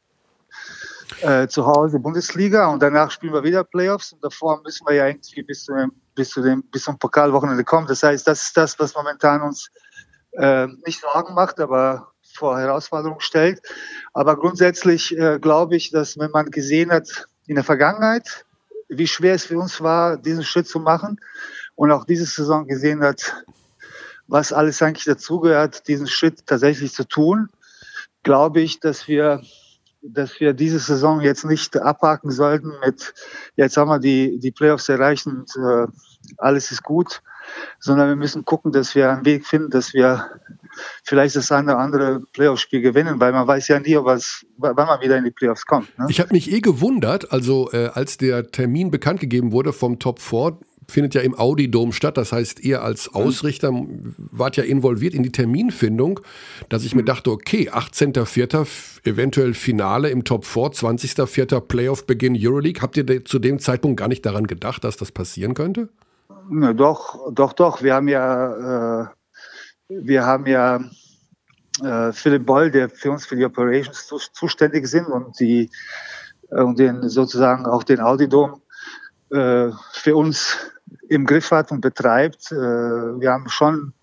äh, zu Hause Bundesliga und danach spielen wir wieder Playoffs und davor müssen wir ja irgendwie bis zu dem, bis zu dem, bis zum Pokalwochenende kommen. Das heißt, das ist das, was momentan uns äh, nicht Sorgen macht, aber vor Herausforderungen stellt. Aber grundsätzlich äh, glaube ich, dass wenn man gesehen hat in der Vergangenheit, wie schwer es für uns war, diesen Schritt zu machen und auch diese Saison gesehen hat, was alles eigentlich dazugehört, diesen Schritt tatsächlich zu tun, glaube ich, dass wir, dass wir diese Saison jetzt nicht abhaken sollten mit, jetzt haben wir die, die Playoffs erreicht und äh, alles ist gut, sondern wir müssen gucken, dass wir einen Weg finden, dass wir vielleicht das eine oder andere Playoff-Spiel gewinnen, weil man weiß ja nie, was, wann man wieder in die Playoffs kommt. Ne? Ich habe mich eh gewundert, also äh, als der Termin bekannt gegeben wurde vom Top vier, findet ja im Audi Dome statt, das heißt, ihr als Ausrichter wart ja involviert in die Terminfindung, dass ich mir dachte, okay, achtzehnter vierter eventuell Finale im Top vier, zwanzigster vierter Playoff-Beginn Euroleague. Habt ihr de- zu dem Zeitpunkt gar nicht daran gedacht, dass das passieren könnte? Na, doch, doch, doch. Wir haben ja, äh, wir haben ja äh, Philipp Boll, der für uns für die Operations zu, zuständig sind und die äh, und den sozusagen auch den Audi Dome äh, für uns im Griff hat und betreibt. Äh, wir haben schon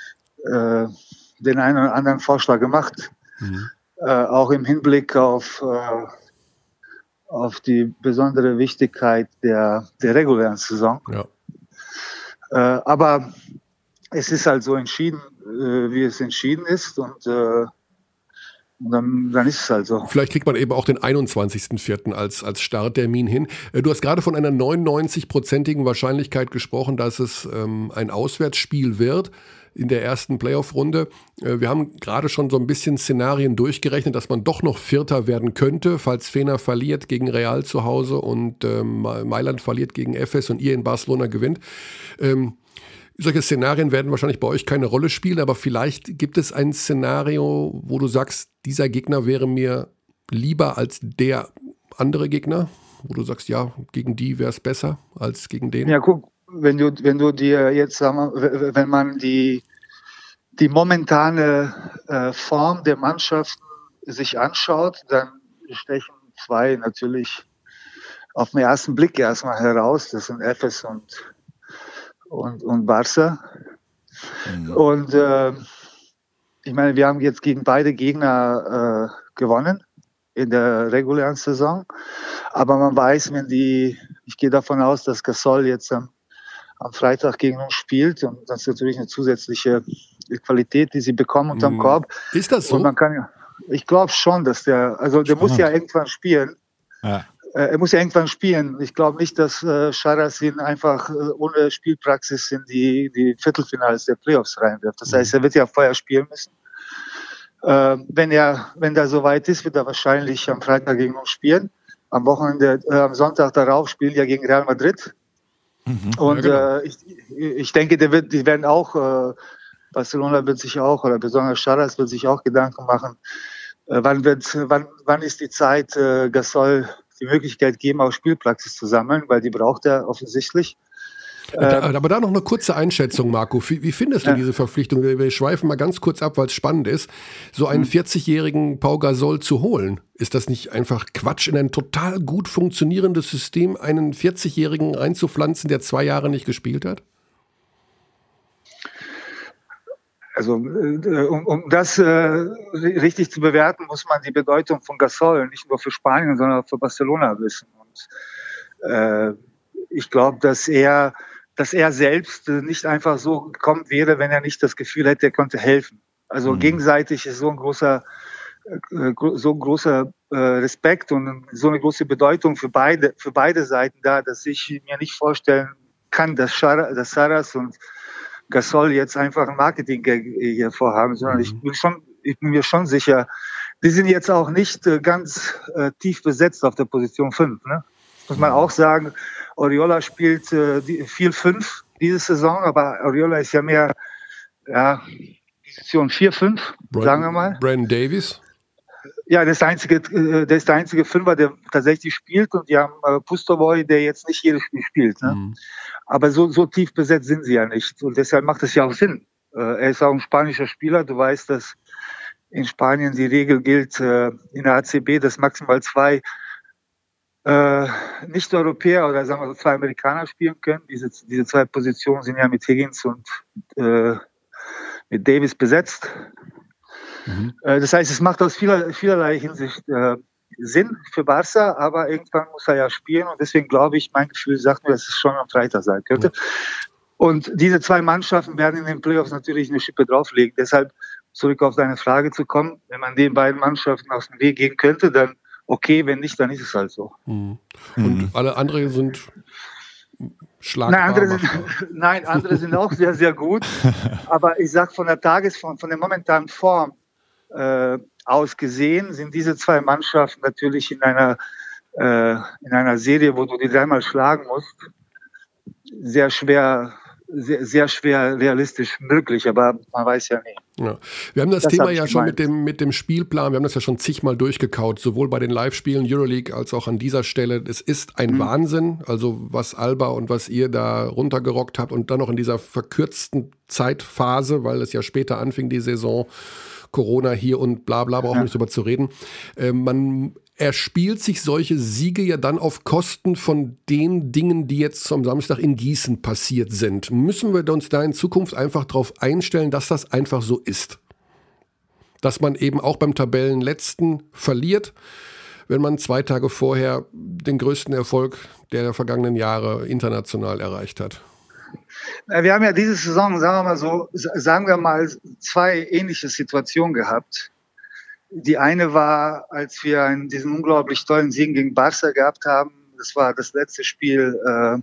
äh, den einen oder anderen Vorschlag gemacht, mhm. äh, auch im Hinblick auf äh, auf die besondere Wichtigkeit der der regulären Saison. Ja. Äh, aber es ist halt so entschieden, äh, wie es entschieden ist und, äh, und dann, dann ist es halt so. Vielleicht kriegt man eben auch den einundzwanzigsten vierten als, als Starttermin hin. Äh, du hast gerade von einer neunundneunzig-prozentigen Wahrscheinlichkeit gesprochen, dass es ähm, ein Auswärtsspiel wird in der ersten Playoff-Runde. Äh, wir haben gerade schon so ein bisschen Szenarien durchgerechnet, dass man doch noch Vierter werden könnte, falls Fener verliert gegen Real zu Hause und ähm, Mailand verliert gegen Efes und ihr in Barcelona gewinnt. Ähm, solche Szenarien werden wahrscheinlich bei euch keine Rolle spielen, aber vielleicht gibt es ein Szenario, wo du sagst, dieser Gegner wäre mir lieber als der andere Gegner, wo du sagst, ja, gegen die wäre es besser als gegen den. Ja, guck, wenn du, wenn du dir jetzt, sagen wir, wenn man die, die momentane äh, Form der Mannschaften sich anschaut, dann stechen zwei natürlich auf den ersten Blick erstmal heraus. Das sind Efes und, und, und Barca. Mhm. Und äh, ich meine, wir haben jetzt gegen beide Gegner äh, gewonnen in der regulären Saison. Aber man weiß, wenn die, ich gehe davon aus, dass Gasol jetzt am, am Freitag gegen uns spielt. Und das ist natürlich eine zusätzliche Qualität, die sie bekommen unterm Korb. Ist das so? Und man kann ja, ich glaube schon, dass der, also der Spannend. muss ja irgendwann spielen. Ja. Äh, er muss ja irgendwann spielen. Ich glaube nicht, dass äh, Charas ihn einfach äh, ohne Spielpraxis in die, die Viertelfinals der Playoffs reinwirft. Das heißt, er wird ja vorher spielen müssen. Äh, wenn er, wenn der soweit ist, wird er wahrscheinlich am Freitag gegen uns spielen. Am Wochenende, äh, am Sonntag darauf spielen ja gegen Real Madrid. Mhm, und ja, genau. äh, ich, ich denke, der wird, die werden auch, äh, Barcelona wird sich auch, oder besonders Charas wird sich auch Gedanken machen, äh, wann wird, wann, wann ist die Zeit, äh, Gasol die Möglichkeit geben, auch Spielpraxis zu sammeln, weil die braucht er offensichtlich. Da, aber da noch eine kurze Einschätzung, Marco. Wie, wie findest du ja. diese Verpflichtung? Wir schweifen mal ganz kurz ab, weil es spannend ist. So einen vierzigjährigen Pau Gasol zu holen, ist das nicht einfach Quatsch, in ein total gut funktionierendes System einen vierzigjährigen reinzupflanzen, der zwei Jahre nicht gespielt hat? Also um, um das äh, richtig zu bewerten, muss man die Bedeutung von Gasol nicht nur für Spanien, sondern auch für Barcelona wissen. Und äh, ich glaube, dass er dass er selbst nicht einfach so gekommen wäre, wenn er nicht das Gefühl hätte, er könnte helfen. Also mhm. gegenseitig ist so ein großer, so ein großer Respekt und so eine große Bedeutung für beide, für beide Seiten da, dass ich mir nicht vorstellen kann, dass Charas und Gasol jetzt einfach ein Marketing hier vorhaben, sondern mhm. ich bin schon, ich bin mir schon sicher, die sind jetzt auch nicht ganz äh, tief besetzt auf der Position fünf, ne? Muss man auch sagen, Oriola spielt äh, die, viel fünf diese Saison, aber Oriola ist ja mehr ja, Position vier fünf, sagen wir mal. Brandon Davies? Ja, der ist der einzige, äh, der ist der einzige Fünfer, der tatsächlich spielt, und die haben äh, Pustovoy, der jetzt nicht jedes Spiel spielt. Ne? Mhm. Aber so, so tief besetzt sind sie ja nicht, und deshalb macht es ja auch Sinn. Äh, er ist auch ein spanischer Spieler. Du weißt, dass in Spanien die Regel gilt, äh, in der A C B, dass maximal zwei Äh, Nicht-Europäer oder sagen wir so zwei Amerikaner spielen können. Diese, diese zwei Positionen sind ja mit Higgins und äh, mit Davis besetzt. Mhm. Äh, das heißt, es macht aus vieler, vielerlei Hinsicht äh, Sinn für Barca, aber irgendwann muss er ja spielen, und deswegen glaube ich, mein Gefühl sagt mir, dass es schon am Freitag sein könnte. Ja. Und diese zwei Mannschaften werden in den Playoffs natürlich eine Schippe drauflegen. Deshalb, zurück auf deine Frage zu kommen, wenn man den beiden Mannschaften aus dem Weg gehen könnte, dann okay, wenn nicht, dann ist es halt so. Mhm. Und mhm. alle anderen sind schlagbar. Nein andere, sind, nein, andere sind auch sehr, sehr gut. Aber ich sage, von der Tagesform, von der momentanen Form äh, aus gesehen, sind diese zwei Mannschaften natürlich in einer, äh, in einer Serie, wo du die dreimal schlagen musst, sehr schwer, sehr, sehr schwer realistisch möglich, aber man weiß ja nie. Ja. Wir haben das, das Thema ja schon mit dem, mit dem Spielplan, wir haben das ja schon zigmal durchgekaut, sowohl bei den Live-Spielen Euroleague als auch an dieser Stelle. Es ist ein mhm. Wahnsinn, also was Alba und was ihr da runtergerockt habt, und dann noch in dieser verkürzten Zeitphase, weil es ja später anfing, die Saison, Corona hier und bla bla, brauchen wir ja. nicht drüber zu reden. Äh, man erspielt sich solche Siege ja dann auf Kosten von den Dingen, die jetzt am Samstag in Gießen passiert sind. Müssen wir uns da in Zukunft einfach darauf einstellen, dass das einfach so ist? Dass man eben auch beim Tabellenletzten verliert, wenn man zwei Tage vorher den größten Erfolg der vergangenen Jahre international erreicht hat? Wir haben ja diese Saison, sagen wir mal so, sagen wir mal, zwei ähnliche Situationen gehabt. Die eine war, als wir einen, diesen unglaublich tollen Sieg gegen Barca gehabt haben. Das war das letzte Spiel, äh,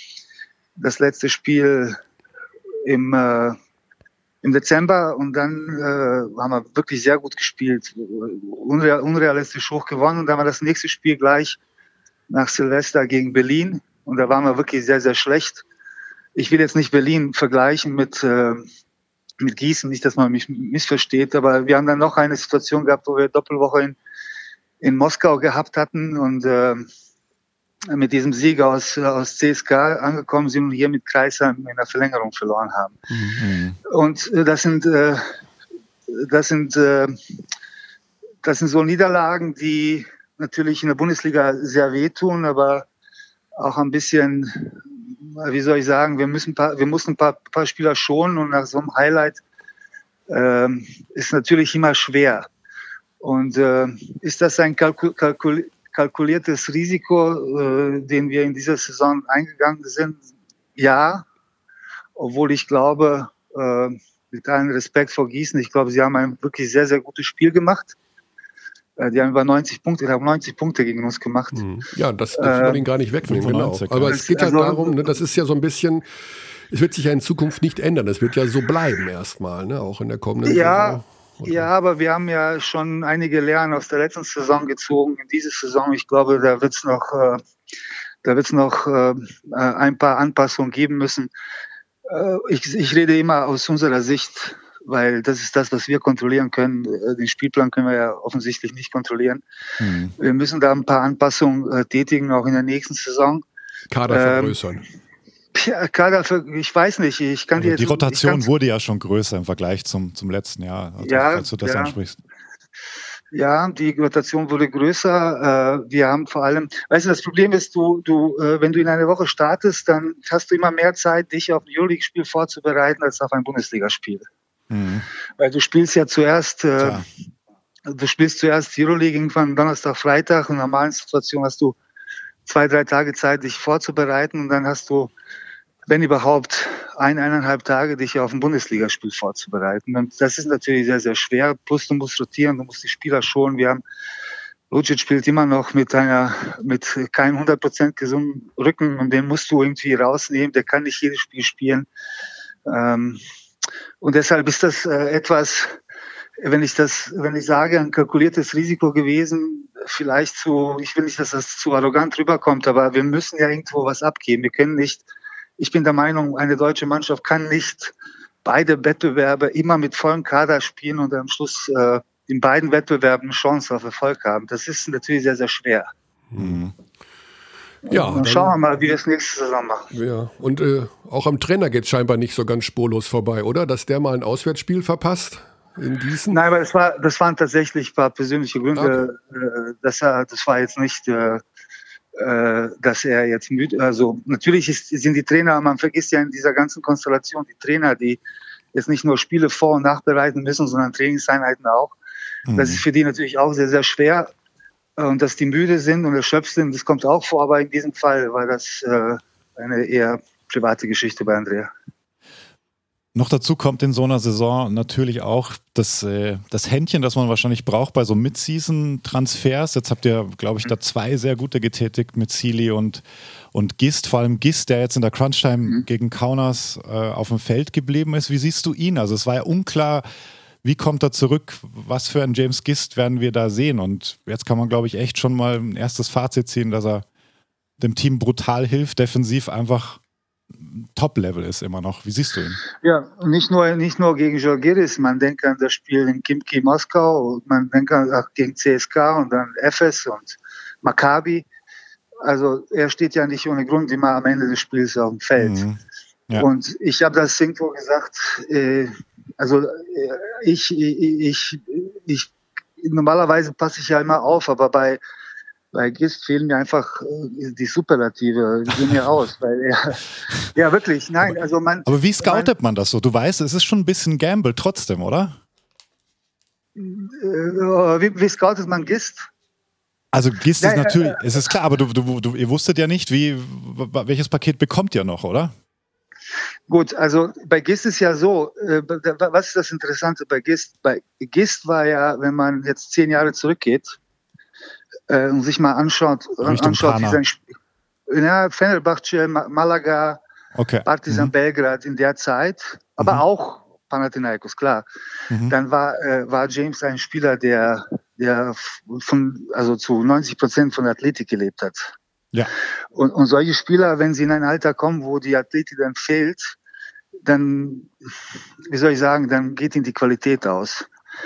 das letzte Spiel im, äh, im Dezember. Und dann äh, haben wir wirklich sehr gut gespielt, unreal, unrealistisch hoch gewonnen. Und dann war das nächste Spiel gleich nach Silvester gegen Berlin. Und da waren wir wirklich sehr, sehr schlecht. Ich will jetzt nicht Berlin vergleichen mit äh, mit Gießen, nicht, dass man mich missversteht, aber wir haben dann noch eine Situation gehabt, wo wir Doppelwoche in, in Moskau gehabt hatten und äh, mit diesem Sieg aus, aus C S K angekommen sind und hier mit Kreisheim in der Verlängerung verloren haben. Mhm. Und äh, das sind, äh, das sind, äh, das sind so Niederlagen, die natürlich in der Bundesliga sehr wehtun, aber auch ein bisschen, wie soll ich sagen, wir müssen ein paar, wir mussten ein paar, paar Spieler schonen und nach so einem Highlight ähm, ist natürlich immer schwer. Und äh, ist das ein kalkul- kalkul- kalkuliertes Risiko, äh, den wir in dieser Saison eingegangen sind? Ja, obwohl ich glaube, äh, mit allem Respekt vor Gießen, ich glaube, sie haben ein wirklich sehr, sehr gutes Spiel gemacht. Äh, die haben über neunzig Punkte, ich habe neunzig Punkte gegen uns gemacht. Ja, das darf man den gar nicht wegnehmen, genau. fünfundneunzig, Aber ja. es geht halt Also- darum, ne, das ist ja so ein bisschen, es wird sich ja in Zukunft nicht ändern. Es wird ja so bleiben erstmal, ne, auch in der kommenden Ja, Saison. ja, aber wir haben ja schon einige Lehren aus der letzten Saison gezogen. In diese Saison, ich glaube, da wird es noch, äh, da wird's noch äh, ein paar Anpassungen geben müssen. Äh, ich, ich rede immer aus unserer Sicht, weil das ist das, was wir kontrollieren können. Äh, Den Spielplan können wir ja offensichtlich nicht kontrollieren. Mhm. Wir müssen da ein paar Anpassungen äh, tätigen, auch in der nächsten Saison. Kader ähm, vergrößern. Ja, Kader, für, ich weiß nicht, ich kann Also dir die jetzt, Rotation ich kann's- wurde ja schon größer im Vergleich zum, zum letzten Jahr, also, Ja, falls du das ja. ansprichst. Ja, die Rotation wurde größer. Äh, wir haben vor allem, weißt du, das Problem ist, du, du, äh, wenn du in einer Woche startest, dann hast du immer mehr Zeit, dich auf ein Euroleague-Spiel vorzubereiten, als auf ein Bundesligaspiel. Mhm. Weil du spielst ja zuerst, äh, Klar. du spielst zuerst Euroleague irgendwann Donnerstag, Freitag. In normalen Situationen hast du zwei, drei Tage Zeit, dich vorzubereiten und dann hast du, wenn überhaupt, ein, eineinhalb Tage, dich auf ein Bundesligaspiel vorzubereiten. Und das ist natürlich sehr, sehr schwer. Plus du musst rotieren, du musst die Spieler schonen. Wir haben, Lucic spielt immer noch mit einer, mit keinem hundert Prozent gesunden Rücken und den musst du irgendwie rausnehmen. Der kann nicht jedes Spiel spielen. Ähm, und deshalb ist das äh, etwas, wenn ich das, wenn ich sage, ein kalkuliertes Risiko gewesen, vielleicht zu, ich will nicht, dass das zu arrogant rüberkommt, aber wir müssen ja irgendwo was abgeben. Wir können nicht, ich bin der Meinung, eine deutsche Mannschaft kann nicht beide Wettbewerbe immer mit vollem Kader spielen und am Schluss äh, in beiden Wettbewerben eine Chance auf Erfolg haben. Das ist natürlich sehr, sehr schwer. Mhm. Ja, Dann dann, schauen wir mal, wie wir es nächste Saison machen. ja. Und äh, auch am Trainer geht es scheinbar nicht so ganz spurlos vorbei, oder? Dass der mal ein Auswärtsspiel verpasst in Gießen? Nein, aber das war, das waren tatsächlich ein paar persönliche Gründe. Äh, das, war- das war jetzt nicht, äh, äh, dass er jetzt müde, also natürlich ist, sind die Trainer, man vergisst ja in dieser ganzen Konstellation die Trainer, die jetzt nicht nur Spiele vor- und nachbereiten müssen, sondern Trainingseinheiten auch. Mhm. Das ist für die natürlich auch sehr, sehr schwer. Und dass die müde sind und erschöpft sind, das kommt auch vor, aber in diesem Fall war das äh, eine eher private Geschichte bei Andrea. Noch dazu kommt in so einer Saison natürlich auch das, äh, das Händchen, das man wahrscheinlich braucht bei so Mid-Season-Transfers. Jetzt habt ihr, glaube ich, da zwei sehr gute getätigt mit Sealy und, und Gist. Vor allem Gist, der jetzt in der Crunch-Time mhm. gegen Kaunas äh, auf dem Feld geblieben ist. Wie siehst du ihn? Also es war ja unklar, wie kommt er zurück? Was für einen James Gist werden wir da sehen? Und jetzt kann man, glaube ich, echt schon mal ein erstes Fazit ziehen, dass er dem Team brutal hilft, defensiv einfach Top-Level ist immer noch. Wie siehst du ihn? Ja, nicht nur, nicht nur gegen Žalgiris, man denkt an das Spiel in Khimki Moskau, man denkt auch gegen C S K und dann Efes und Maccabi. Also er steht ja nicht ohne Grund immer am Ende des Spiels auf dem Feld. Mhm. Ja. Und ich habe das irgendwo gesagt, äh, also äh, ich, ich, ich, ich, normalerweise passe ich ja immer auf, aber bei Bei Gist fehlen mir einfach die Superlative, die gehen mir aus, weil er, ja wirklich, nein, also man. Aber wie scoutet man das so? Du weißt, es ist schon ein bisschen Gamble trotzdem, oder? Äh, wie, wie scoutet man Gist? Also Gist Ja, ist natürlich, äh, es ist klar, aber du, du, du, ihr wusstet ja nicht, wie, welches Paket bekommt ihr noch, oder? Gut, also bei Gist ist ja so, äh, was ist das Interessante bei Gist? Bei Gist war ja, wenn man jetzt zehn Jahre zurückgeht, Äh, und sich mal anschaut, Richtung anschaut wie Pana. sein Spiel. Ja, Fenerbahce, Malaga, Okay. Partizan Mhm. Belgrad in der Zeit, aber Mhm. auch Panathinaikos, klar. Mhm. Dann war, äh, war James ein Spieler, der, der von, also zu neunzig Prozent von Athletik gelebt hat. Ja. Und, und solche Spieler, wenn sie in ein Alter kommen, wo die Athletik dann fehlt, dann, wie soll ich sagen, dann geht ihnen die Qualität aus.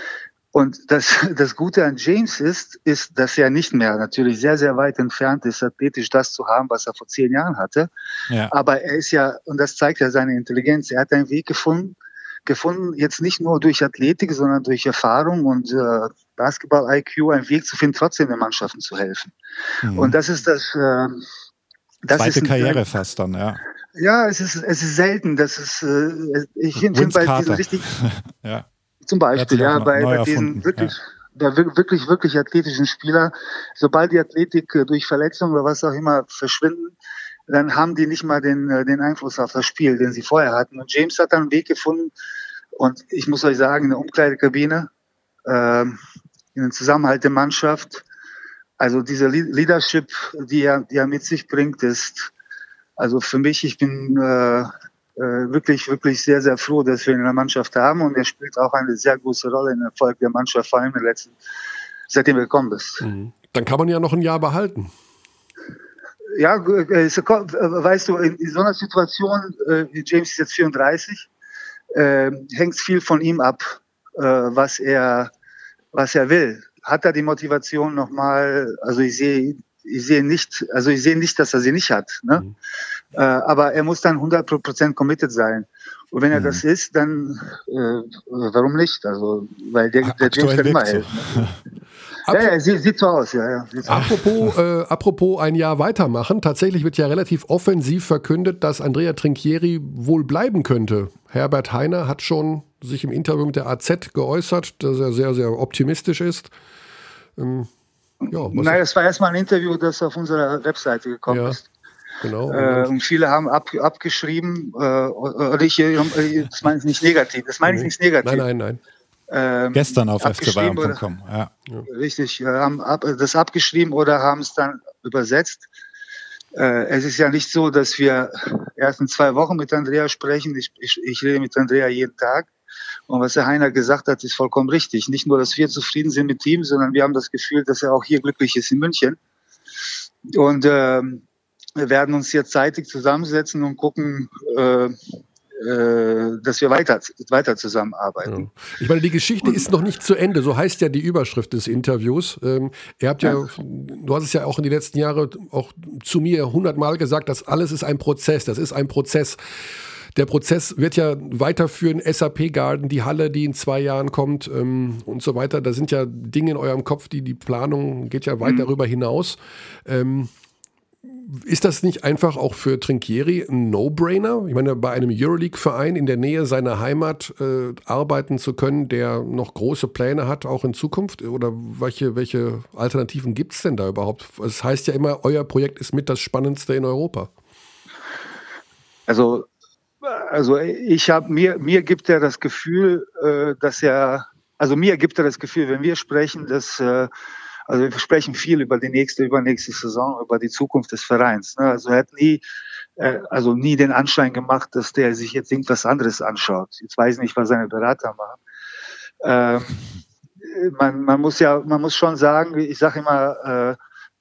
Und das, das Gute an James ist, ist, dass er nicht mehr natürlich sehr, sehr weit entfernt ist, athletisch das zu haben, was er vor zehn Jahren hatte. Ja. Aber er ist ja, und das zeigt ja seine Intelligenz, er hat einen Weg gefunden, gefunden, jetzt nicht nur durch Athletik, sondern durch Erfahrung und äh, Basketball-I Q, einen Weg zu finden, trotzdem den Mannschaften zu helfen. Mhm. Und das ist das, äh, Das Zweite ist Karriere ein, fast dann, ja. Ja, es ist, es ist selten, dass es, äh, ich finde find bei diesen richtig, ja. zum Beispiel, ja, bei, bei diesen wirklich, ja. bei wirklich, wirklich athletischen Spielern, sobald die Athletik äh, durch Verletzung oder was auch immer verschwinden, dann haben die nicht mal den, äh, den Einfluss auf das Spiel, den sie vorher hatten. Und James hat dann einen Weg gefunden, und ich muss euch sagen, in der Umkleidekabine, äh, in den Zusammenhalt der Mannschaft, also diese Leadership, die er, die er mit sich bringt, ist, also für mich, ich bin äh, äh, wirklich, wirklich sehr, sehr froh, dass wir ihn in der Mannschaft haben, und er spielt auch eine sehr große Rolle im Erfolg der Mannschaft, vor allem in den letzten, seitdem er gekommen ist. Mhm. Dann kann man ja noch ein Jahr behalten. Ja, äh, weißt du, in so einer Situation, äh, James ist jetzt vierunddreißig, äh, hängt es viel von ihm ab, äh, was er, was er will. Hat er die Motivation nochmal, also ich sehe Ich sehe nicht, also ich sehe nicht, dass er sie nicht hat. Ne? Mhm. Äh, aber er muss dann hundert Prozent committed sein. Und wenn er mhm. das ist, dann äh, warum nicht? Also, weil der, der James kann immer helfen. Ja, ja, sieht, sieht so aus, ja, ja. So apropos, äh, apropos ein Jahr weitermachen, tatsächlich wird ja relativ offensiv verkündet, dass Andrea Trinchieri wohl bleiben könnte. Herbert Hainer hat schon sich im Interview mit der A Z geäußert, dass er sehr, sehr optimistisch ist. Ähm, Ja, Nein, das war erstmal ein Interview, das auf unserer Webseite gekommen ja, ist. Genau. Äh, und viele haben ab, abgeschrieben, äh, oder ich, das meine ich nicht negativ, das meine ich nicht negativ. Nein, nein, nein. Ähm, Gestern auf f c bayern punkt com. Ja. Richtig, haben ab, das abgeschrieben oder haben es dann übersetzt. Äh, es ist ja nicht so, dass wir erst in zwei Wochen mit Andrea sprechen. Ich, ich, ich rede mit Andrea jeden Tag. Und was Herr Hainer gesagt hat, ist vollkommen richtig. Nicht nur, dass wir zufrieden sind mit ihm, sondern wir haben das Gefühl, dass er auch hier glücklich ist in München. Und äh, wir werden uns jetzt zeitig zusammensetzen und gucken, äh, äh, dass wir weiter, weiter zusammenarbeiten. Ja. Ich meine, die Geschichte ist noch nicht zu Ende, so heißt ja die Überschrift des Interviews. Ähm, ihr habt ja, ja, du hast es ja auch in den letzten Jahren auch zu mir hundertmal gesagt, dass alles ist ein Prozess, das ist ein Prozess. Der Prozess wird ja weiterführen, S A P Garden, die Halle, die in zwei Jahren kommt ähm, und so weiter. Da sind ja Dinge in eurem Kopf, die die Planung geht ja weit mhm. darüber hinaus. Ähm, ist das nicht einfach auch für Trinchieri ein No-Brainer? Ich meine, bei einem Euroleague-Verein in der Nähe seiner Heimat äh, arbeiten zu können, der noch große Pläne hat, auch in Zukunft? Oder welche, welche Alternativen gibt es denn da überhaupt? Es heißt ja immer, euer Projekt ist mit das Spannendste in Europa. Also Also ich habe mir mir gibt er das Gefühl, äh, dass er also mir gibt er das Gefühl, wenn wir sprechen, dass äh, also wir sprechen viel über die nächste, übernächste Saison, über die Zukunft des Vereins. Ne? Also er hat nie äh, also nie den Anschein gemacht, dass der sich jetzt irgendwas anderes anschaut. Jetzt weiß ich nicht, was seine Berater machen. Ähm, man man muss ja man muss schon sagen, ich sage immer äh,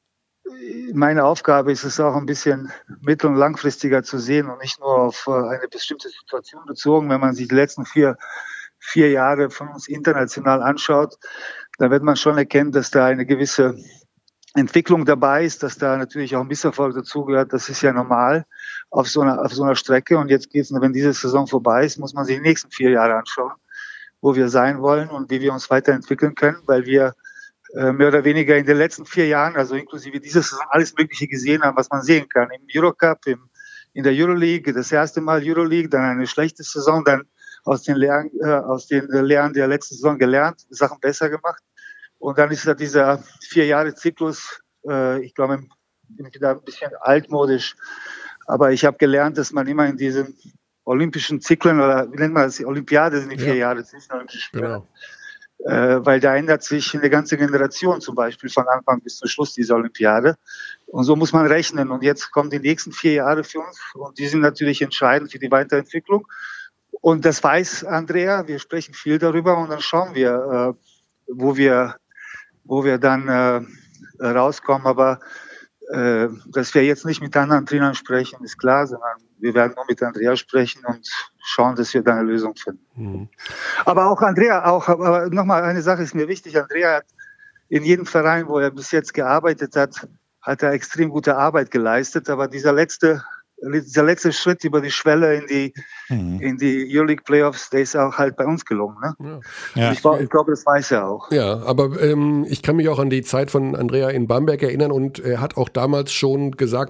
meine Aufgabe ist es auch ein bisschen mittel- und langfristiger zu sehen und nicht nur auf eine bestimmte Situation bezogen. Wenn man sich die letzten vier, vier Jahre von uns international anschaut, dann wird man schon erkennen, dass da eine gewisse Entwicklung dabei ist, dass da natürlich auch ein Misserfolg dazugehört. Das ist ja normal auf so einer, auf so einer Strecke. Und jetzt geht's, wenn diese Saison vorbei ist, muss man sich die nächsten vier Jahre anschauen, wo wir sein wollen und wie wir uns weiterentwickeln können, weil wir mehr oder weniger in den letzten vier Jahren, also inklusive dieses Saison, alles Mögliche gesehen haben, was man sehen kann. Im Eurocup, im, in der Euroleague, das erste Mal Euroleague, dann eine schlechte Saison, dann aus den Lehren, äh, aus den Lehren der letzten Saison gelernt, Sachen besser gemacht. Und dann ist da dieser vier Jahre Zyklus, äh, ich glaube, ich bin wieder ein bisschen altmodisch, aber ich habe gelernt, dass man immer in diesen olympischen Zyklen, oder wie nennt man das, die Olympiade sind die vier ja. Jahre zwischen Olympischen Spielen. Genau. Äh, weil da ändert sich eine ganze Generation zum Beispiel von Anfang bis zum Schluss dieser Olympiade. Und so muss man rechnen. Und jetzt kommen die nächsten vier Jahre für uns und die sind natürlich entscheidend für die Weiterentwicklung. Und das weiß Andrea. Wir sprechen viel darüber und dann schauen wir, äh, wo wir, wo wir dann äh, rauskommen. Aber äh, dass wir jetzt nicht mit anderen Trainern sprechen, ist klar, sondern wir werden nur mit Andrea sprechen und schauen, dass wir da eine Lösung finden. Mhm. Aber auch Andrea, auch, aber nochmal eine Sache ist mir wichtig. Andrea hat in jedem Verein, wo er bis jetzt gearbeitet hat, hat er extrem gute Arbeit geleistet. Aber dieser letzte, dieser letzte Schritt über die Schwelle in die, mhm. in die Euroleague Playoffs, der ist auch halt bei uns gelungen. Ne? Ja. Ja. Ich, ich glaube, das weiß er auch. Ja, aber ähm, ich kann mich auch an die Zeit von Andrea in Bamberg erinnern und er hat auch damals schon gesagt,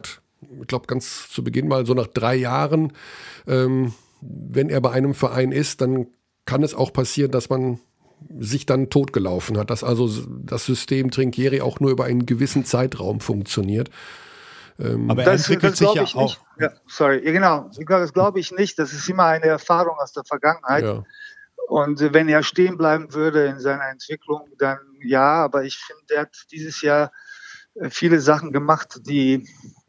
ich glaube ganz zu Beginn mal so nach drei Jahren, ähm, wenn er bei einem Verein ist, dann kann es auch passieren, dass man sich dann totgelaufen hat, dass also das System Trinchieri auch nur über einen gewissen Zeitraum funktioniert. Ähm, Aber er das, entwickelt das sich ja auch. Ja, sorry, ja, genau, das glaube ich nicht. Das ist immer eine Erfahrung aus der Vergangenheit. Ja. Und wenn er stehen bleiben würde in seiner Entwicklung, dann ja, aber ich finde, er hat dieses Jahr viele Sachen gemacht, die,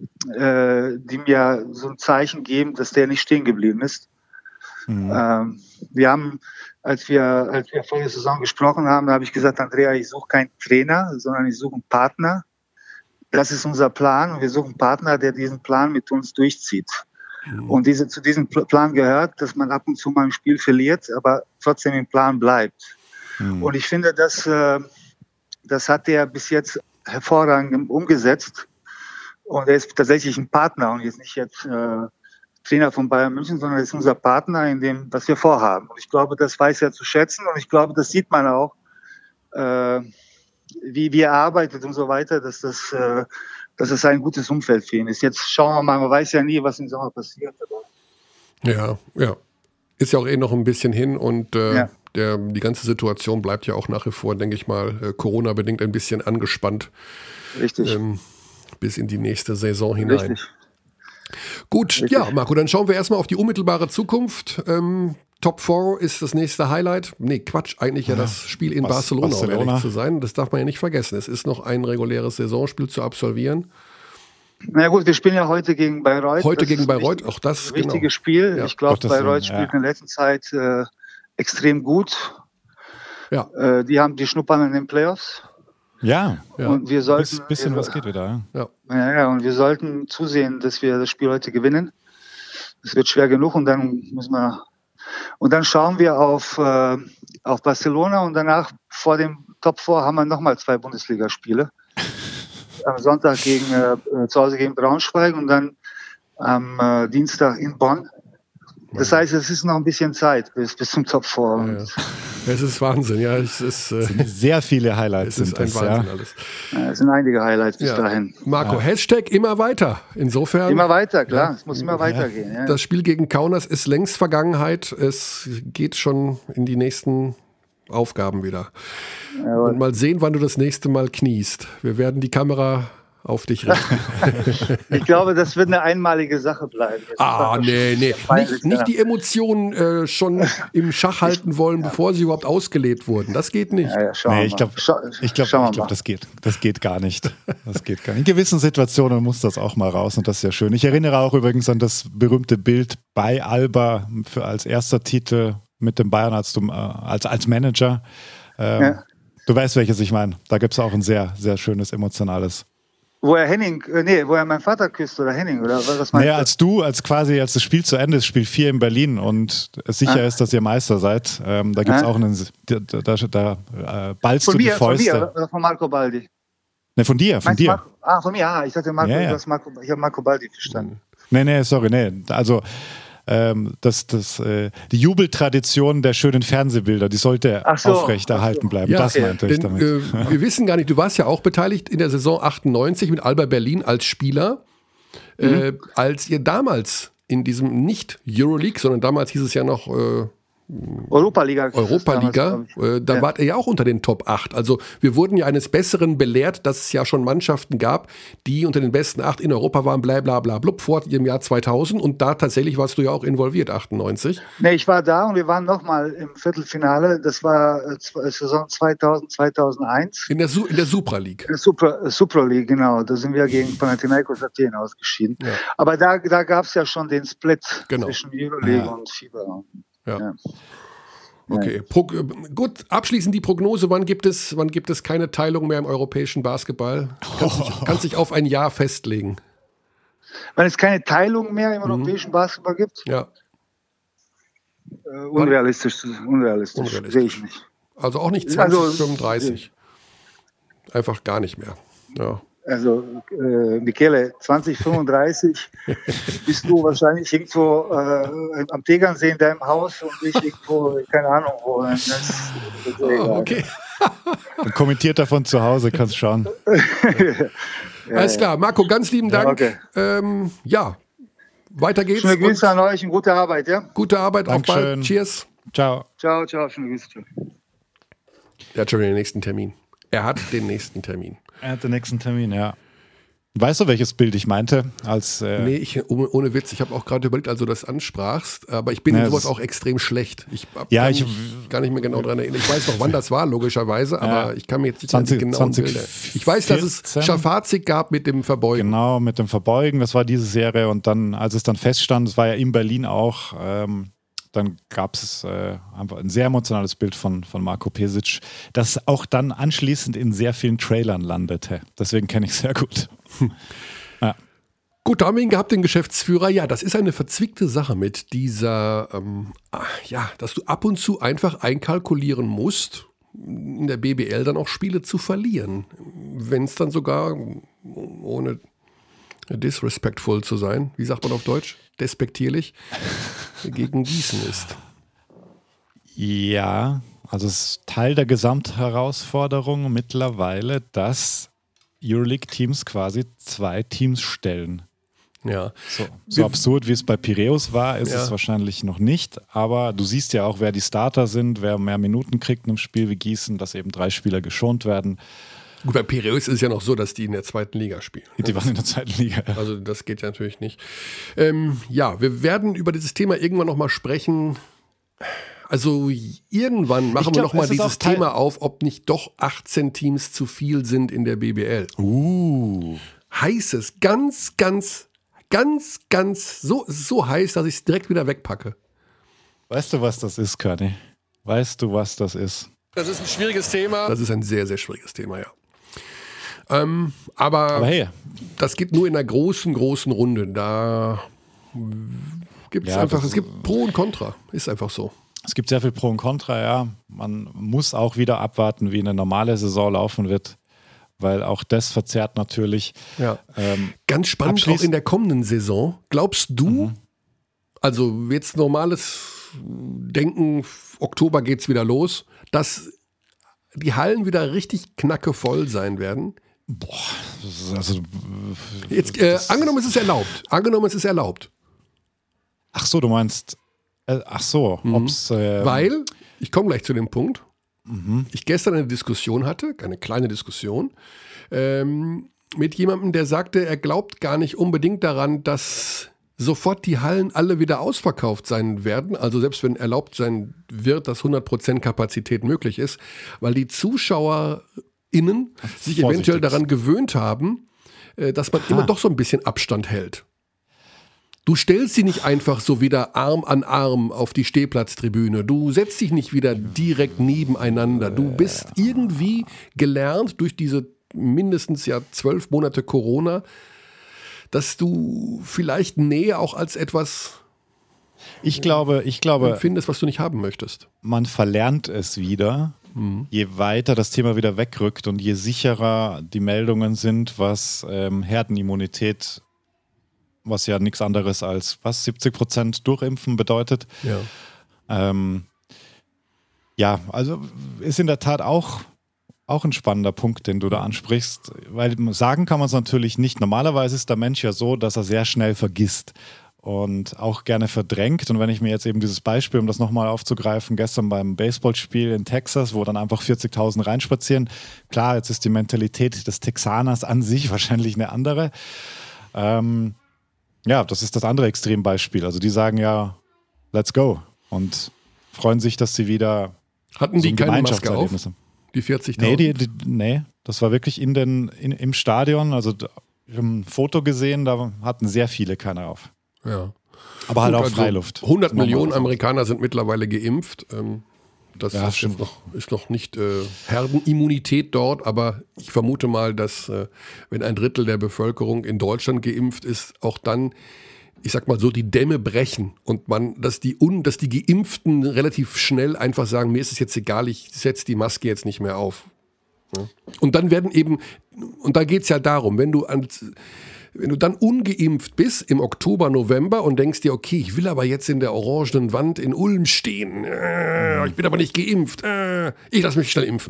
äh, die mir so ein Zeichen geben, dass der nicht stehen geblieben ist. Mhm. Ähm, wir haben, als wir, als wir vor der Saison gesprochen haben, habe ich gesagt, Andrea, ich suche keinen Trainer, sondern ich suche einen Partner. Das ist unser Plan und wir suchen einen Partner, der diesen Plan mit uns durchzieht. Mhm. Und diese, zu diesem Plan gehört, dass man ab und zu mal ein Spiel verliert, aber trotzdem im Plan bleibt. Mhm. Und ich finde, das, äh, das hat er bis jetzt hervorragend umgesetzt. Und er ist tatsächlich ein Partner und jetzt nicht jetzt äh, Trainer von Bayern München, sondern er ist unser Partner in dem, was wir vorhaben. Und ich glaube, das weiß er zu schätzen und ich glaube, das sieht man auch, äh, wie, wie er arbeitet und so weiter, dass das, äh, dass es ein gutes Umfeld für ihn ist. Jetzt schauen wir mal, man weiß ja nie, was im Sommer passiert. Aber ja, ja. Ist ja auch eh noch ein bisschen hin und äh, ja. der, die ganze Situation bleibt ja auch nach wie vor, denke ich mal, äh, Corona-bedingt ein bisschen angespannt. Richtig. Ähm, bis in die nächste Saison hinein. Richtig. Gut, Richtig. Ja, Marco, dann schauen wir erstmal auf die unmittelbare Zukunft. Ähm, Top vier ist das nächste Highlight. Nee, Quatsch, eigentlich ja, ja das Spiel in Bas- Barcelona, Barcelona, um ehrlich zu sein. Das darf man ja nicht vergessen. Es ist noch ein reguläres Saisonspiel zu absolvieren. Na ja, gut, wir spielen ja heute gegen Bayreuth. Heute das gegen Bayreuth, auch das. Ein wichtiges genau. Spiel. Ja. Ich glaube, Bayreuth spielt ja. in der letzten Zeit äh, extrem gut. Ja. Äh, die haben die Schnuppern in den Playoffs. Ja, ja. Und wir sollten, Ein bisschen wir, was geht wieder. Ja. Ja, ja, und wir sollten zusehen, dass wir das Spiel heute gewinnen. Es wird schwer genug und dann müssen wir und dann schauen wir auf, äh, auf Barcelona und danach vor dem Top vier haben wir nochmal zwei Bundesligaspiele. Am Sonntag gegen, äh, zu Hause gegen Braunschweig und dann am äh, Dienstag in Bonn. Das heißt, es ist noch ein bisschen Zeit bis, bis zum Top vier. Ja, ja. Es ist Wahnsinn, ja. Es ist äh, sehr viele Highlights. Es ist ein das, Wahnsinn ja. alles. Ja, es sind einige Highlights bis ja. dahin. Marco, ja. Hashtag immer weiter. Insofern. Immer weiter, klar. Ja. Es muss immer weitergehen. Ja. Das Spiel gegen Kaunas ist längst Vergangenheit. Es geht schon in die nächsten Aufgaben wieder. Jawohl. Und mal sehen, wann du das nächste Mal kniest. Wir werden die Kamera auf dich richten. Ich glaube, das wird eine einmalige Sache bleiben. Jetzt ah, nee, nee. Nicht, nicht die Emotionen äh, schon im Schach halten wollen, ja. bevor sie überhaupt ausgelebt wurden. Das geht nicht. Ja, ja, nee, ich glaube, ich glaub, ich glaub, das geht. Das geht gar nicht. Das geht gar nicht. In gewissen Situationen muss das auch mal raus und das ist ja schön. Ich erinnere auch übrigens an das berühmte Bild bei Alba für als erster Titel mit dem Bayern als, als, als Manager. Ähm, ja. Du weißt, welches ich meine. Da gibt es auch ein sehr, sehr schönes, emotionales. Wo er Henning, äh, nee, wo er meinen Vater küsst oder Henning, oder was meinst du? Naja, als du, als quasi, als das Spiel zu Ende ist, Spiel vier in Berlin und es sicher ah. ist, dass ihr Meister seid, ähm, da gibt es ah. auch einen, da, da, da äh, ballst von du mir, die Fäuste. Von mir oder von Marco Baldi? Ne, von dir, von Meinst dir. Marco? Ah, von mir, ah, ich dachte Marco, ja, ja. Du hast Marco, ich habe Marco Baldi verstanden. Nee, nee, sorry, nee, also ähm, das, das, äh, die Jubeltradition der schönen Fernsehbilder, die sollte so, aufrechterhalten so. bleiben. Ja, das okay. meinte ich Denn, damit. Äh, wir wissen gar nicht, du warst ja auch beteiligt in der Saison achtundneunzig mit Alba Berlin als Spieler. Mhm. Äh, als ihr damals in diesem nicht Euroleague, sondern damals hieß es ja noch äh, Europa-Liga. Europa-Liga, äh, da ja. wart ihr ja auch unter den Top acht. Also wir wurden ja eines Besseren belehrt, dass es ja schon Mannschaften gab, die unter den besten acht in Europa waren, bla bla bla blub, vor im Jahr zweitausend und da tatsächlich warst du ja auch involviert, achtundneunzig. Ne, ich war da und wir waren nochmal im Viertelfinale, das war äh, Saison zweitausend, zweitausendeins. In der, Su- in der Supra League. In der Supra, Supra League, genau, da sind wir gegen Panathinaikos Athen ausgeschieden. Ja. Aber da, da gab es ja schon den Split genau. zwischen Euroleague ja. und FIBA. Ja. ja. Okay, Pro, gut, abschließend die Prognose, wann gibt es, wann gibt es keine Teilung mehr im europäischen Basketball? Kannst dich, kannst dich auf ein Jahr festlegen? Wenn es keine Teilung mehr im mhm. europäischen Basketball gibt? Ja. Äh, unrealistisch, unrealistisch, unrealistisch. Sehe ich nicht. Also auch nicht zwanzig fünfunddreißig? Einfach gar nicht mehr. Ja. Also, äh, Michele, zwanzig fünfunddreißig bist du wahrscheinlich irgendwo äh, am Tegernsee in deinem Haus und ich irgendwo, keine Ahnung wo. Das, das oh, okay. Kommentiert davon zu Hause, kannst schauen. Ja, Alles ja. klar, Marco, ganz lieben Ja, Dank. okay. Ähm, ja, weiter geht's. Schöne Grüße und an euch und gute Arbeit, ja? Gute Arbeit, auf bald. Dankeschön. Cheers. Ciao. Ciao, ciao, schöne Grüße. Ciao. Er hat schon den nächsten Termin. Er hat den nächsten Termin. Er hat den nächsten Termin, ja. Weißt du, welches Bild ich meinte? Als, äh, Nee, ich, ohne, ohne Witz, ich habe auch gerade überlegt, als du das ansprachst, aber ich bin Ja, in sowas das- auch extrem schlecht. Ich hab- Ja, kann ich- mich gar nicht mehr genau dran erinnern. Ich weiß noch, wann das war, logischerweise, aber Ja. ich kann mir jetzt nicht zwanzig an die genauen zwanzig Bilder. Ich weiß, dass es vierzehn Schafazik gab mit dem Verbeugen. Genau, mit dem Verbeugen, das war diese Serie. Und dann, als es dann feststand, es war ja in Berlin auch, ähm, dann gab es äh, einfach ein sehr emotionales Bild von, von Marco Pesic, das auch dann anschließend in sehr vielen Trailern landete. Deswegen kenne ich es sehr gut. Gut, da haben wir ihn gehabt, den Geschäftsführer. Ja, das ist eine verzwickte Sache mit dieser, ähm, ja, dass du ab und zu einfach einkalkulieren musst, in der B B L dann auch Spiele zu verlieren. Wenn es dann sogar, ohne disrespectful zu sein, wie sagt man auf Deutsch, despektierlich, gegen Gießen ist. Ja, also es ist Teil der Gesamtherausforderung mittlerweile, dass Euroleague-Teams quasi zwei Teams stellen. Ja. So, so absurd wie es bei Piraeus war, ist Ja. es wahrscheinlich noch nicht. Aber du siehst ja auch, wer die Starter sind, wer mehr Minuten kriegt in einem Spiel wie Gießen, dass eben drei Spieler geschont werden. Gut, bei Piraeus ist es ja noch so, dass die in der zweiten Liga spielen. Die waren in der zweiten Liga. Also das geht ja natürlich nicht. Ähm, ja, wir werden über dieses Thema irgendwann nochmal sprechen. Also irgendwann machen Ich wir glaub, nochmal es ist dieses auch Teil- Thema auf, ob nicht doch achtzehn Teams zu viel sind in der B B L. Uh. Heiß es, ganz, ganz, ganz, ganz, so, so heiß, dass ich es direkt wieder wegpacke. Weißt du, was das ist, Körny? Weißt du, was das ist? Das ist ein schwieriges Thema. Das ist ein sehr, sehr schwieriges Thema, ja. Ähm, aber Aber hey, das geht nur in einer großen, großen Runde. Da gibt es Ja, einfach, das es gibt Pro und Contra. Ist einfach so. es gibt sehr viel Pro und Contra, ja. Man muss auch wieder abwarten, wie eine normale Saison laufen wird, weil auch das verzerrt natürlich. Ja. Ähm, Ganz spannend auch abschließend- in der kommenden Saison. Glaubst du, also jetzt normales Denken, Oktober geht's wieder los, dass die Hallen wieder richtig knackevoll sein werden? das ist also, Jetzt, äh, angenommen, es ist erlaubt. Angenommen, es ist erlaubt. ach so, du meinst, äh, ach so, ob's. Äh, Weil, ich komme gleich zu dem Punkt, ich gestern eine Diskussion hatte, eine kleine Diskussion, ähm, mit jemandem, der sagte, er glaubt gar nicht unbedingt daran, dass sofort die Hallen alle wieder ausverkauft sein werden, also selbst wenn erlaubt sein wird, dass hundert Prozent Kapazität möglich ist, weil die ZuschauerInnen sich eventuell Vorsichtig. daran gewöhnt haben, äh, dass man immer doch so ein bisschen Abstand hält. Du stellst sie nicht einfach so wieder Arm an Arm auf die Stehplatztribüne. Du setzt dich nicht wieder direkt nebeneinander. Du bist irgendwie gelernt durch diese mindestens ja zwölf Monate Corona, dass du vielleicht Nähe auch als etwas ich glaube, ich glaube, empfindest, was du nicht haben möchtest. man verlernt es wieder, je weiter das Thema wieder wegrückt und je sicherer die Meldungen sind, was ähm, Herdenimmunität, was ja nichts anderes als was siebzig Prozent durchimpfen bedeutet. Ja. Ähm, ja, also ist in der Tat auch, auch ein spannender Punkt, den du da ansprichst, weil sagen kann man es natürlich nicht. Normalerweise ist der Mensch ja so, dass er sehr schnell vergisst und auch gerne verdrängt. Und wenn ich mir jetzt eben dieses Beispiel, um das nochmal aufzugreifen, gestern beim Baseballspiel in Texas, wo dann einfach vierzigtausend reinspazieren, klar, jetzt ist die Mentalität des Texaners an sich wahrscheinlich eine andere. Ähm, ja, das ist das andere Extrembeispiel. Also die sagen ja, let's go und freuen sich, dass sie wieder Hatten die so ein keine Maske auf? Gemeinschaftserlebnis haben. Die vierzigtausend? Nee, die, die, nee, das war wirklich in den, in, im Stadion, also d- ich habe ein Foto gesehen, da hatten sehr viele keine auf. Ja. Aber halt Gut, auch also Freiluft. hundert Normal. Millionen Amerikaner sind mittlerweile geimpft. Ähm, Das Ja, ist, stimmt. noch, ist noch nicht äh, Herdenimmunität dort, aber ich vermute mal, dass äh, wenn ein Drittel der Bevölkerung in Deutschland geimpft ist, auch dann, ich sag mal so, die Dämme brechen und man, dass die, un, dass die Geimpften relativ schnell einfach sagen, mir ist es jetzt egal, ich setze die Maske jetzt nicht mehr auf. Ja. Und dann werden eben, und da geht es ja darum, wenn du an, wenn du dann ungeimpft bist im Oktober, November und denkst dir, okay, ich will aber jetzt in der orangenen Wand in Ulm stehen, äh, ich bin aber nicht geimpft, äh, ich lasse mich schnell impfen.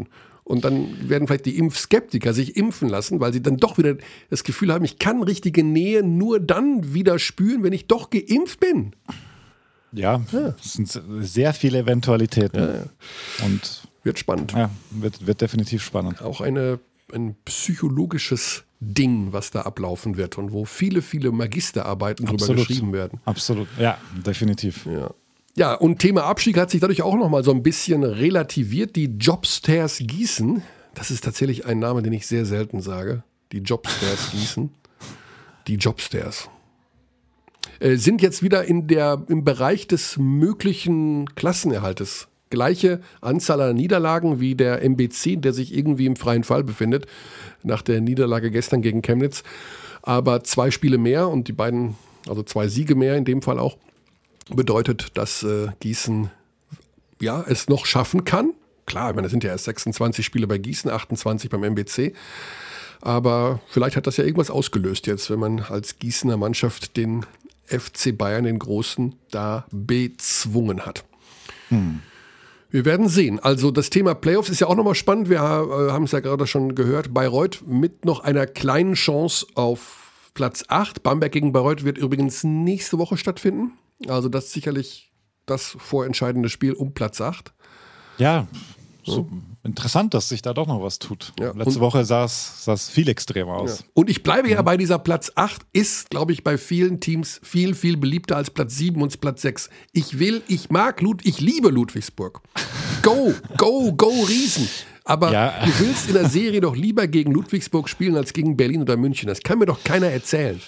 Und dann werden vielleicht die Impfskeptiker sich impfen lassen, weil sie dann doch wieder das Gefühl haben, ich kann richtige Nähe nur dann wieder spüren, wenn ich doch geimpft bin. Ja, ja. Es sind sehr viele Eventualitäten. Ja, ja. Und wird spannend. Ja, wird, wird definitiv spannend. Auch eine, ein psychologisches Ding, was da ablaufen wird und wo viele, viele Magisterarbeiten drüber geschrieben werden. Absolut, ja, definitiv. Ja. Ja, und Thema Abstieg hat sich dadurch auch nochmal so ein bisschen relativiert. Die Jobsters Gießen, das ist tatsächlich ein Name, den ich sehr selten sage. Die Jobsters Gießen. Die Jobsters. Äh, sind jetzt wieder in der, im Bereich des möglichen Klassenerhaltes. Gleiche Anzahl an Niederlagen wie der M B C, der sich irgendwie im freien Fall befindet, nach der Niederlage gestern gegen Chemnitz. Aber zwei Spiele mehr und die beiden, also zwei Siege mehr in dem Fall auch, bedeutet, dass äh, Gießen ja, es noch schaffen kann. Klar, ich meine, es sind ja erst sechsundzwanzig Spiele bei Gießen, achtundzwanzig beim M B C. Aber vielleicht hat das ja irgendwas ausgelöst jetzt, wenn man als Gießener Mannschaft den F C Bayern, den Großen, da bezwungen hat. Hm. Wir werden sehen. Also das Thema Playoffs ist ja auch nochmal spannend. Wir äh, haben es ja gerade schon gehört. Bayreuth mit noch einer kleinen Chance auf Platz acht. Bamberg gegen Bayreuth wird übrigens nächste Woche stattfinden. Also das ist sicherlich das vorentscheidende Spiel um Platz acht. Ja, so ja. Interessant, dass sich da doch noch was tut. Ja. Letzte und, Woche sah es viel extremer aus. Ja. Und ich bleibe ja bei dieser Platz acht, ist, glaube ich, bei vielen Teams viel, viel beliebter als Platz sieben und Platz sechs. Ich will, ich mag Lud, ich liebe Ludwigsburg. Go, go, go Riesen. Aber ja. Du willst in der Serie doch lieber gegen Ludwigsburg spielen als gegen Berlin oder München. Das kann mir doch keiner erzählen.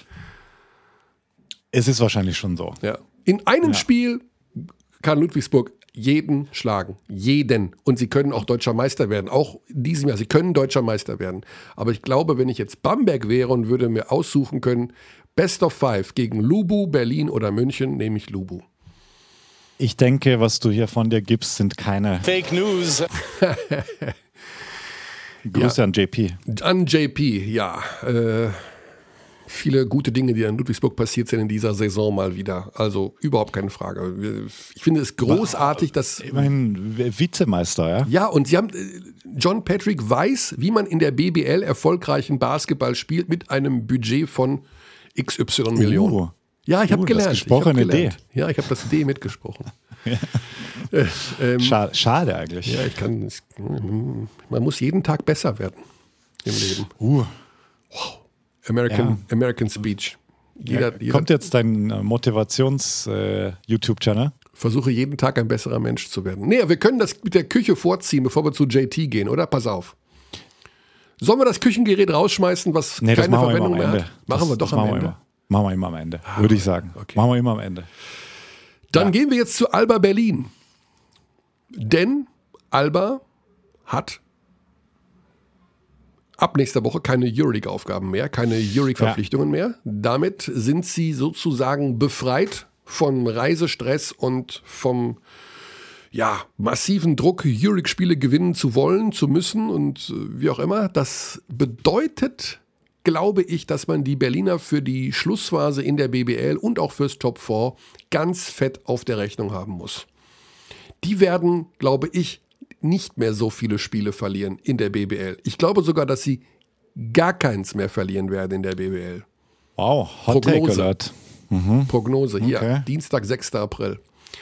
Es ist wahrscheinlich schon so. Ja. In einem ja. Spiel kann Ludwigsburg jeden schlagen. Jeden. Und sie können auch deutscher Meister werden. Auch in diesem Jahr. Sie können deutscher Meister werden. Aber ich glaube, wenn ich jetzt Bamberg wäre und würde mir aussuchen können, Best of Five gegen Lubu, Berlin oder München, nehme ich Lubu. Ich denke, was du hier von dir gibst, sind keine Fake News. Grüße ja. an J P. An J P, ja. Äh, viele gute Dinge, die in Ludwigsburg passiert sind in dieser Saison mal wieder. Also überhaupt keine Frage. Ich finde es großartig, dass... Immerhin Vizemeister, ja? Ja, und sie haben... John Patrick weiß, wie man in der B B L erfolgreichen Basketball spielt mit einem Budget von X Y Millionen. Uh, ja, ich habe uh, gelernt. Das gesprochene ich hab gelernt. D. Ja, ich habe das D mitgesprochen. Ja. Äh, ähm, schade, schade eigentlich. Ja, ich kann... Ich, man muss jeden Tag besser werden im Leben. Uh. Wow. American, ja. American Speech. Jeder, ja, jeder kommt jetzt dein Motivations-YouTube-Channel? Äh, Versuche jeden Tag ein besserer Mensch zu werden. Nee, wir können das mit der Küche vorziehen, bevor wir zu J T gehen, oder? Pass auf. Sollen wir das Küchengerät rausschmeißen, was nee, keine das machen Verwendung wir immer mehr am Ende. hat? Machen das, wir doch das am machen Ende. Wir immer. Machen wir immer am Ende, ah, würde ich sagen. Okay. Machen wir immer am Ende. Dann ja. gehen wir jetzt zu Alba Berlin. Denn Alba hat ab nächster Woche keine Euroleague-Aufgaben mehr, keine Euroleague-Verpflichtungen ja. mehr. Damit sind sie sozusagen befreit von Reisestress und vom ja, massiven Druck, Euroleague-Spiele gewinnen zu wollen, zu müssen und wie auch immer. Das bedeutet, glaube ich, dass man die Berliner für die Schlussphase in der B B L und auch fürs Top vier ganz fett auf der Rechnung haben muss. Die werden, glaube ich, nicht mehr so viele Spiele verlieren in der B B L. Ich glaube sogar, dass sie gar keins mehr verlieren werden in der B B L. Wow, Hot Take Alert. Mhm. Prognose, hier, okay. Dienstag, sechster April.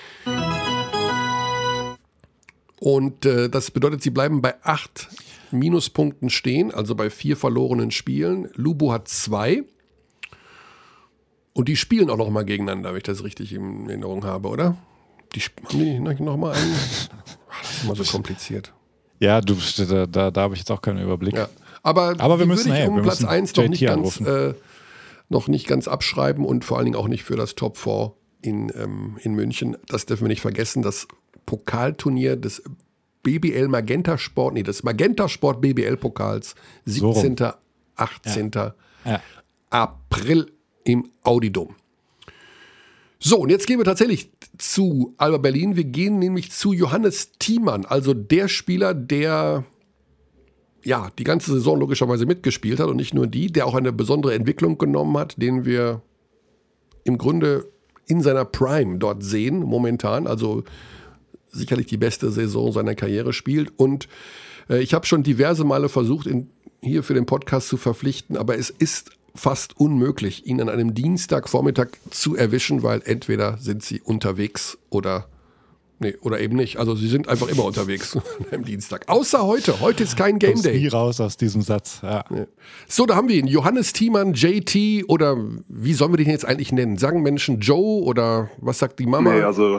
Und äh, das bedeutet, sie bleiben bei acht Minuspunkten stehen, also bei vier verlorenen Spielen. Lubu hat zwei. Und die spielen auch noch mal gegeneinander, wenn ich das richtig in Erinnerung habe, oder? Die haben die nicht noch mal einen? Das ist immer so kompliziert. Ja, du, da, da, da habe ich jetzt auch keinen Überblick. Ja. Aber, Aber wir müssen würde ich hey, um wir Platz eins noch nicht, ganz, äh, noch nicht ganz abschreiben und vor allen Dingen auch nicht für das Top vier in, ähm, in München. Das dürfen wir nicht vergessen. Das Pokalturnier des B B L Magenta Sport, nee, des Magenta Sport B B L Pokals, siebzehnten achtzehnten Ja. Ja. April im Audi-Dom. So, und jetzt gehen wir tatsächlich zu Alba Berlin. Wir gehen nämlich zu Johannes Thiemann, also der Spieler, der ja die ganze Saison logischerweise mitgespielt hat und nicht nur die, der auch eine besondere Entwicklung genommen hat, den wir im Grunde in seiner Prime dort sehen momentan, also sicherlich die beste Saison seiner Karriere spielt und Äh, ich habe schon diverse Male versucht, ihn hier für den Podcast zu verpflichten, aber es ist fast unmöglich, ihn an einem Dienstagvormittag zu erwischen, weil entweder sind sie unterwegs oder nee, oder eben nicht. Also sie sind einfach immer unterwegs am Dienstag. Außer heute. Heute ist kein Game Day. Nie raus aus diesem Satz. Ja. Nee. So, da haben wir ihn. Johannes Thiemann, J T oder wie sollen wir den jetzt eigentlich nennen? Sagen Menschen Joe oder was sagt die Mama? Nee, also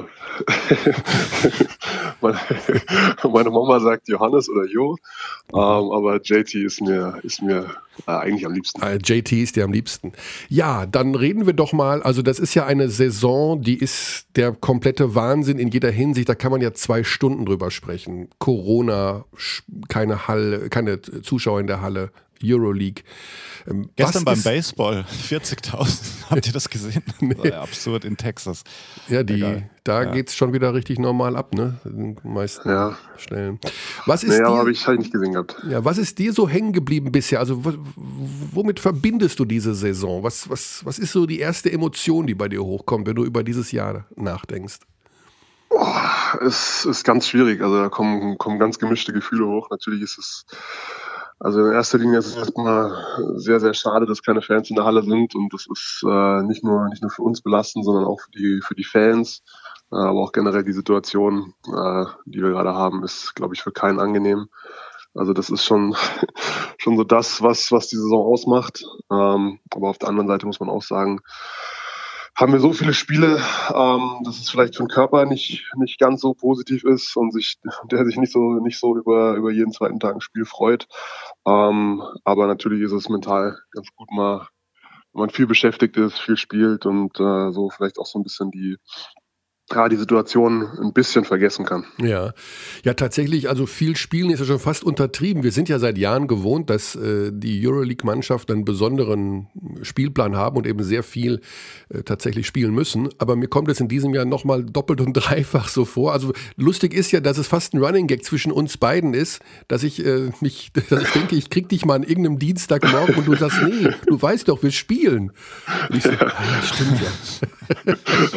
meine, meine Mama sagt Johannes oder Jo, ähm, aber J T ist mir, ist mir äh, eigentlich am liebsten. Äh, J T ist dir am liebsten. Ja, dann reden wir doch mal, also das ist ja eine Saison, die ist der komplette Wahnsinn in jeder Hinsicht, da kann man ja zwei Stunden drüber sprechen. Corona, keine Halle, keine Zuschauer in der Halle, Euroleague. Ähm, Gestern beim ist, Baseball, vierzigtausend, habt ihr das gesehen? Nee. Das war absurd in Texas. Ja, die, Egal. da ja. geht's schon wieder richtig normal ab, ne? In den meisten ja. Stellen. Was ist nee, dir, habe ich halt nicht gesehen gehabt. Ja, was ist dir so hängen geblieben bisher? Also w- womit verbindest du diese Saison? Was, was, was ist so die erste Emotion, die bei dir hochkommt, wenn du über dieses Jahr nachdenkst? Oh, es ist ganz schwierig. Also da kommen, kommen ganz gemischte Gefühle hoch. Natürlich ist es, also in erster Linie ist es erstmal sehr, sehr schade, dass keine Fans in der Halle sind. Und das ist äh, nicht nur nicht nur für uns belastend, sondern auch für die für die Fans. Äh, aber auch generell die Situation, äh, die wir gerade haben, ist, glaube ich, für keinen angenehm. Also das ist schon schon so das, was was die Saison ausmacht. Ähm, aber auf der anderen Seite muss man auch sagen, haben wir so viele Spiele, ähm, dass es vielleicht für den Körper nicht nicht ganz so positiv ist und sich der sich nicht so nicht so über über jeden zweiten Tag ein Spiel freut. Ähm, aber natürlich ist es mental ganz gut, mal, wenn man viel beschäftigt ist, viel spielt und äh, so vielleicht auch so ein bisschen die ja, die Situation ein bisschen vergessen kann. Ja, ja tatsächlich, also viel Spielen ist ja schon fast untertrieben. Wir sind ja seit Jahren gewohnt, dass äh, die Euroleague-Mannschaften einen besonderen Spielplan haben und eben sehr viel äh, tatsächlich spielen müssen. Aber mir kommt es in diesem Jahr nochmal doppelt und dreifach so vor. Also lustig ist ja, dass es fast ein Running Gag zwischen uns beiden ist, dass ich äh, mich, dass ich denke, ich krieg dich mal an irgendeinem Dienstagmorgen und du sagst, nee, du weißt doch, wir spielen. Und ich so, ja, ah, stimmt ja.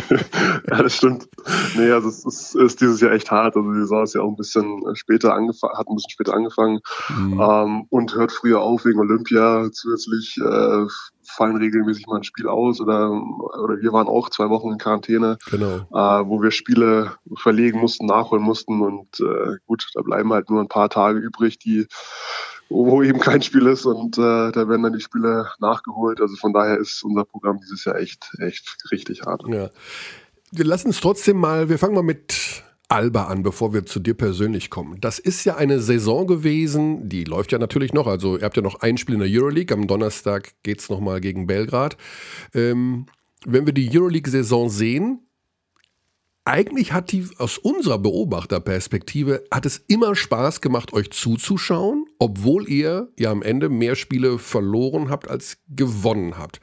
Ja, das stimmt. Nee, also es ist, ist dieses Jahr echt hart. Also die Saison ist ja auch ein bisschen später angefangen, hat ein bisschen später angefangen mhm. ähm, und hört früher auf wegen Olympia. Zusätzlich äh, fallen regelmäßig mal ein Spiel aus oder oder wir waren auch zwei Wochen in Quarantäne, genau. äh, wo wir Spiele verlegen mussten, nachholen mussten und äh, gut, da bleiben halt nur ein paar Tage übrig, die wo eben kein Spiel ist und äh, da werden dann die Spiele nachgeholt. Also von daher ist unser Programm dieses Jahr echt echt richtig hart. Ja. Wir lassen es trotzdem mal, wir fangen mal mit Alba an, bevor wir zu dir persönlich kommen. Das ist ja eine Saison gewesen, die läuft ja natürlich noch, also ihr habt ja noch ein Spiel in der Euroleague, am Donnerstag geht es nochmal gegen Belgrad. Ähm, wenn wir die Euroleague-Saison sehen, eigentlich hat die, aus unserer Beobachterperspektive, hat es immer Spaß gemacht, euch zuzuschauen, obwohl ihr ja am Ende mehr Spiele verloren habt, als gewonnen habt.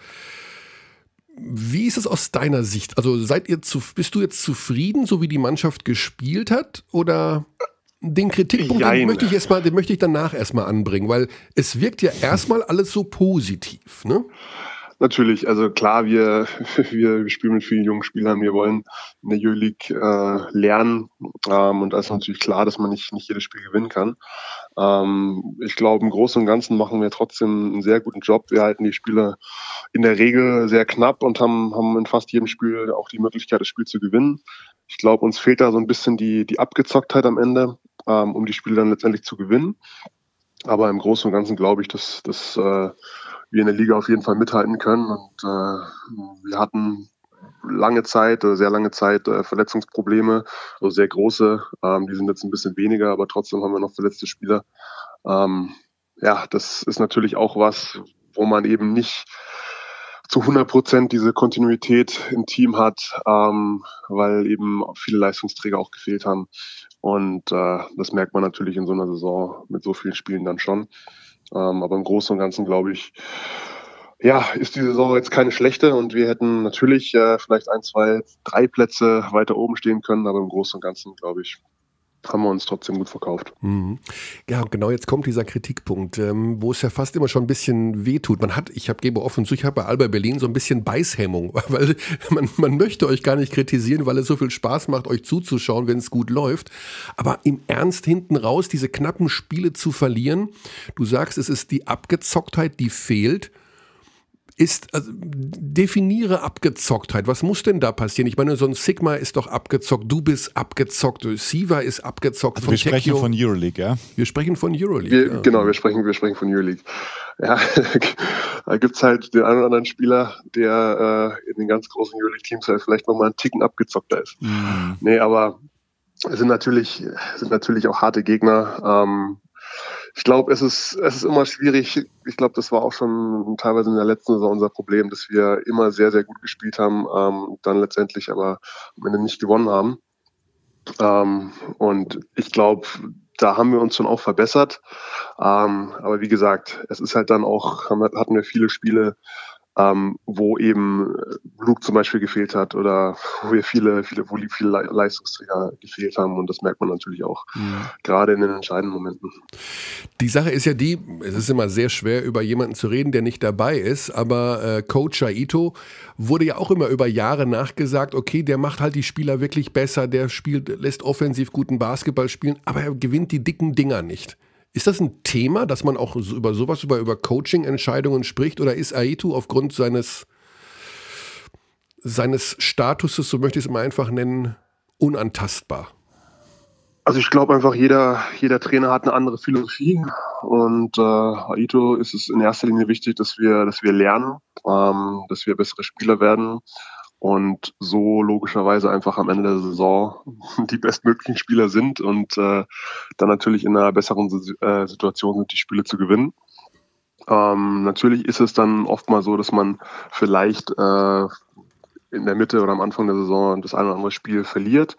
Wie ist es aus deiner Sicht? Also seid ihr zu, bist du jetzt zufrieden, so wie die Mannschaft gespielt hat? Oder den Kritikpunkt, den möchte ich erstmal, den möchte ich danach erstmal anbringen, weil es wirkt ja erstmal alles so positiv, ne? Natürlich, also klar, wir, wir, wir spielen mit vielen jungen Spielern, wir wollen in der Euroleague äh, lernen ähm, und da ist natürlich klar, dass man nicht, nicht jedes Spiel gewinnen kann. Ähm, ich glaube, im Großen und Ganzen machen wir trotzdem einen sehr guten Job. Wir halten die Spiele in der Regel sehr knapp und haben, haben in fast jedem Spiel auch die Möglichkeit, das Spiel zu gewinnen. Ich glaube, uns fehlt da so ein bisschen die, die Abgezocktheit am Ende, ähm, um die Spiele dann letztendlich zu gewinnen. Aber im Großen und Ganzen glaube ich, dass, dass äh, wir in der Liga auf jeden Fall mithalten können. Und äh, wir hatten lange Zeit, sehr lange Zeit äh, Verletzungsprobleme, also sehr große. Ähm, die sind jetzt ein bisschen weniger, aber trotzdem haben wir noch verletzte Spieler. Ähm, ja, das ist natürlich auch was, wo man eben nicht zu hundert Prozent diese Kontinuität im Team hat, ähm, weil eben viele Leistungsträger auch gefehlt haben. Und äh, das merkt man natürlich in so einer Saison mit so vielen Spielen dann schon. Ähm, aber im Großen und Ganzen, glaube ich, ja, ist die Saison jetzt keine schlechte und wir hätten natürlich äh, vielleicht ein, zwei, drei Plätze weiter oben stehen können, aber im Großen und Ganzen, glaube ich, haben wir uns trotzdem gut verkauft. Mhm. Ja, genau, jetzt kommt dieser Kritikpunkt, ähm, wo es ja fast immer schon ein bisschen wehtut. Man hat, ich habe gebe offen zu, ich habe bei Alba Berlin so ein bisschen Beißhemmung, weil man, man möchte euch gar nicht kritisieren, weil es so viel Spaß macht, euch zuzuschauen, wenn es gut läuft. Aber im Ernst hinten raus, diese knappen Spiele zu verlieren, du sagst, es ist die Abgezocktheit, die fehlt. Ist, also, definiere Abgezocktheit. Was muss denn da passieren? Ich meine, so ein Sigma ist doch abgezockt, du bist abgezockt, Siva ist abgezockt. Also von wir sprechen Tekio. von Euroleague, ja? Wir sprechen von Euroleague. Wir, ja. Genau, wir sprechen, wir sprechen von Euroleague. Ja, da gibt's halt den einen oder anderen Spieler, der äh, in den ganz großen Euroleague-Teams halt vielleicht nochmal einen Ticken abgezockter ist. Mhm. Nee, aber es sind natürlich, sind natürlich auch harte Gegner. Ähm, Ich glaube, es ist, es ist immer schwierig. Ich glaube, das war auch schon teilweise in der letzten Saison unser Problem, dass wir immer sehr, sehr gut gespielt haben, ähm, dann letztendlich aber am Ende nicht gewonnen haben. Ähm, und ich glaube, da haben wir uns schon auch verbessert. Ähm, aber wie gesagt, es ist halt dann auch, haben, hatten wir viele Spiele, ähm, wo eben Luke zum Beispiel gefehlt hat oder wo wir viele, viele, wo viele Leistungsträger gefehlt haben, und das merkt man natürlich auch, mhm. gerade in den entscheidenden Momenten. Die Sache ist ja die, es ist immer sehr schwer, über jemanden zu reden, der nicht dabei ist, aber äh, Coach Aito wurde ja auch immer über Jahre nachgesagt, okay, der macht halt die Spieler wirklich besser, der spielt, lässt offensiv guten Basketball spielen, aber er gewinnt die dicken Dinger nicht. Ist das ein Thema, dass man auch über sowas, über, über Coaching-Entscheidungen spricht, oder ist Aito aufgrund seines, seines Statuses, so möchte ich es mal einfach nennen, unantastbar? Also ich glaube einfach, jeder, jeder Trainer hat eine andere Philosophie, und äh, Aito ist es in erster Linie wichtig, dass wir, dass wir lernen, ähm, dass wir bessere Spieler werden und so logischerweise einfach am Ende der Saison die bestmöglichen Spieler sind und äh, dann natürlich in einer besseren äh, Situation sind, die Spiele zu gewinnen. Ähm, natürlich ist es dann oft mal so, dass man vielleicht äh, in der Mitte oder am Anfang der Saison das eine oder andere Spiel verliert,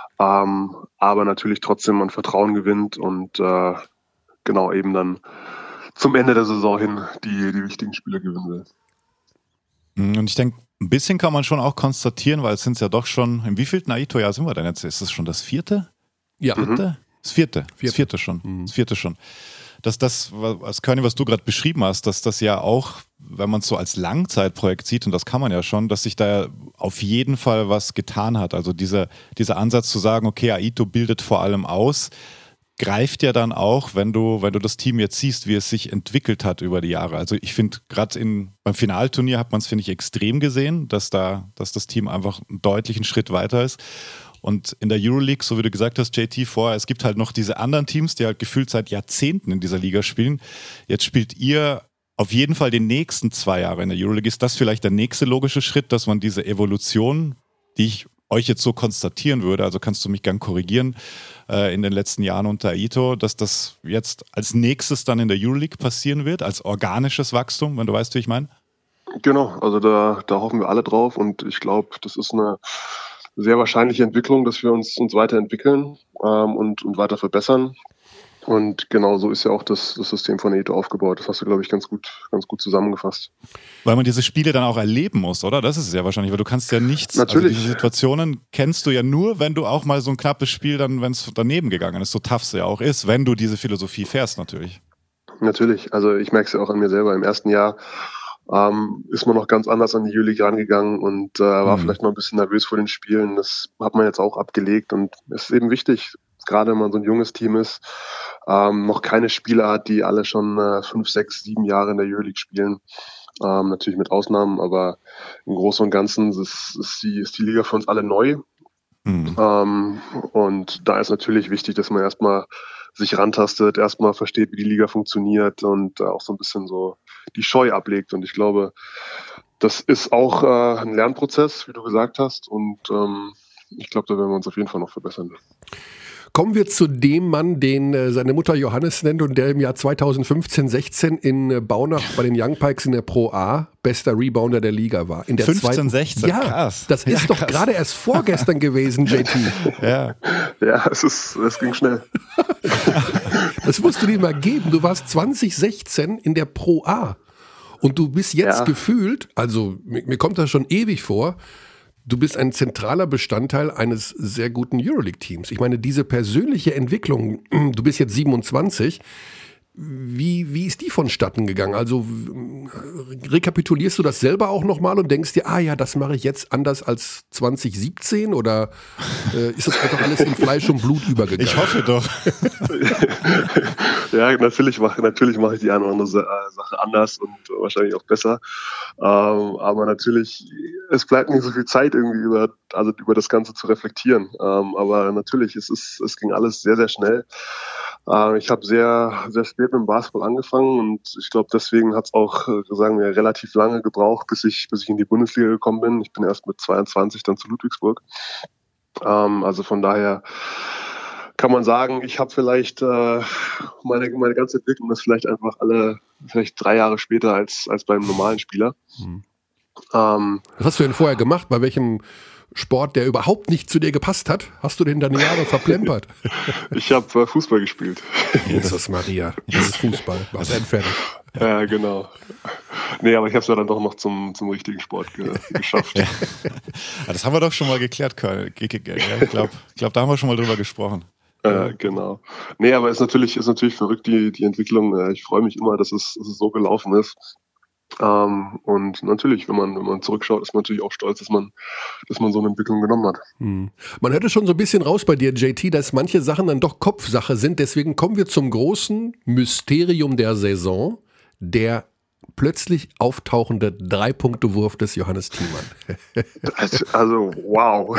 ähm, aber natürlich trotzdem an Vertrauen gewinnt und äh, genau eben dann zum Ende der Saison hin die, die wichtigen Spiele gewinnen will. Und ich denke, ein bisschen kann man schon auch konstatieren, weil es sind ja doch schon, im wievielten Aito-Jahr sind wir denn jetzt? Ist es schon das vierte? Ja. Vierte? Das vierte. Vierte. Das vierte schon. Mhm. Das vierte schon. Dass das, was Körny, was du gerade beschrieben hast, dass das ja auch, wenn man es so als Langzeitprojekt sieht, und das kann man ja schon, dass sich da auf jeden Fall was getan hat. Also dieser, dieser Ansatz zu sagen, okay, Aito bildet vor allem aus, greift ja dann auch, wenn du, wenn du das Team jetzt siehst, wie es sich entwickelt hat über die Jahre. Also ich finde, gerade beim Finalturnier hat man es, finde ich, extrem gesehen, dass da, dass das Team einfach einen deutlichen Schritt weiter ist. Und in der Euroleague, so wie du gesagt hast, J T, vorher, es gibt halt noch diese anderen Teams, die halt gefühlt seit Jahrzehnten in dieser Liga spielen. Jetzt spielt ihr auf jeden Fall die nächsten zwei Jahre in der Euroleague. Ist das vielleicht der nächste logische Schritt, dass man diese Evolution, die ich euch jetzt so konstatieren würde, also kannst du mich gern korrigieren, äh, in den letzten Jahren unter Aito, dass das jetzt als nächstes dann in der Euroleague passieren wird, als organisches Wachstum, wenn du weißt, wie ich meine? Genau, also da, da hoffen wir alle drauf, und ich glaube, das ist eine sehr wahrscheinliche Entwicklung, dass wir uns, uns weiterentwickeln ähm, und, und weiter verbessern. Und genau so ist ja auch das, das System von Aito aufgebaut. Das hast du, glaube ich, ganz gut, ganz gut zusammengefasst. Weil man diese Spiele dann auch erleben muss, oder? Das ist es ja wahrscheinlich, weil du kannst ja nichts, Natürlich. Also diese Situationen kennst du ja nur, wenn du auch mal so ein knappes Spiel dann, wenn es daneben gegangen ist, so tough es ja auch ist, wenn du diese Philosophie fährst natürlich. Natürlich, also ich merke es ja auch an mir selber. Im ersten Jahr ähm, ist man noch ganz anders an die Euroleague rangegangen und äh, war mhm. vielleicht noch ein bisschen nervös vor den Spielen. Das hat man jetzt auch abgelegt, und es ist eben wichtig, gerade wenn man so ein junges Team ist, ähm, noch keine Spieler hat, die alle schon äh, fünf, sechs, sieben Jahre in der Euroleague spielen. Ähm, natürlich mit Ausnahmen, aber im Großen und Ganzen ist, ist, die, ist die Liga für uns alle neu. Mhm. Ähm, und da ist natürlich wichtig, dass man erstmal sich rantastet, erstmal versteht, wie die Liga funktioniert und äh, auch so ein bisschen so die Scheu ablegt. Und ich glaube, das ist auch äh, ein Lernprozess, wie du gesagt hast. Und ähm, ich glaube, da werden wir uns auf jeden Fall noch verbessern. Kommen wir zu dem Mann, den äh, seine Mutter Johannes nennt und der im Jahr zweitausendfünfzehn sechzehn in äh, Baunach bei den Young Pikes in der Pro A bester Rebounder der Liga war. In der fünfzehn sechzehn, ja, krass. Das ist ja, doch gerade erst vorgestern gewesen, J T. Ja, ja es, ist, es ging schnell. Das musst du dir mal geben. Du warst zwanzig sechzehn in der Pro A und du bist jetzt ja. gefühlt, also mir, mir kommt das schon ewig vor, du bist ein zentraler Bestandteil eines sehr guten Euroleague-Teams. Ich meine, diese persönliche Entwicklung, du bist jetzt siebenundzwanzig, wie, wie ist die vonstatten gegangen? Also rekapitulierst du das selber auch nochmal und denkst dir, ah ja, das mache ich jetzt anders als zwanzig siebzehn oder äh, ist das einfach alles in Fleisch und Blut übergegangen? Ich hoffe doch. Ja, natürlich mache natürlich mach ich die eine oder andere Sache anders und wahrscheinlich auch besser. Ähm, aber natürlich, es bleibt nicht so viel Zeit irgendwie über, also über das Ganze zu reflektieren. Ähm, aber natürlich, es ist, es ging alles sehr, sehr schnell. Äh, ich habe sehr, sehr spät mit dem Basketball angefangen und ich glaube, deswegen hat es auch, sagen wir, relativ lange gebraucht, bis ich, bis ich in die Bundesliga gekommen bin. Ich bin erst mit zweiundzwanzig dann zu Ludwigsburg. Ähm, also von daher kann man sagen, ich habe vielleicht äh, meine, meine ganze Entwicklung ist vielleicht einfach alle, vielleicht drei Jahre später als, als beim normalen Spieler. Hm. Ähm, Was hast du denn vorher gemacht? Bei welchem Sport, der überhaupt nicht zu dir gepasst hat? Hast du denn deine Jahre verplempert? Ich habe äh, Fußball gespielt. Jesus Maria, das ist Fußball. Was endfertig. Ja, genau. Nee, aber ich habe es ja dann doch noch zum, zum richtigen Sport ge geschafft. Ja. Das haben wir doch schon mal geklärt, Karl. Ich glaube, glaub, da haben wir schon mal drüber gesprochen. Äh, genau. Nee, aber es ist natürlich, ist natürlich verrückt, die, die Entwicklung. Ich freue mich immer, dass es, dass es so gelaufen ist. Ähm, und natürlich, wenn man, wenn man zurückschaut, ist man natürlich auch stolz, dass man, dass man so eine Entwicklung genommen hat. Hm. Man hört es schon so ein bisschen raus bei dir, J T, dass manche Sachen dann doch Kopfsache sind. Deswegen kommen wir zum großen Mysterium der Saison, der plötzlich auftauchende Drei-Punkte-Wurf des Johannes Thiemann. Also, also wow.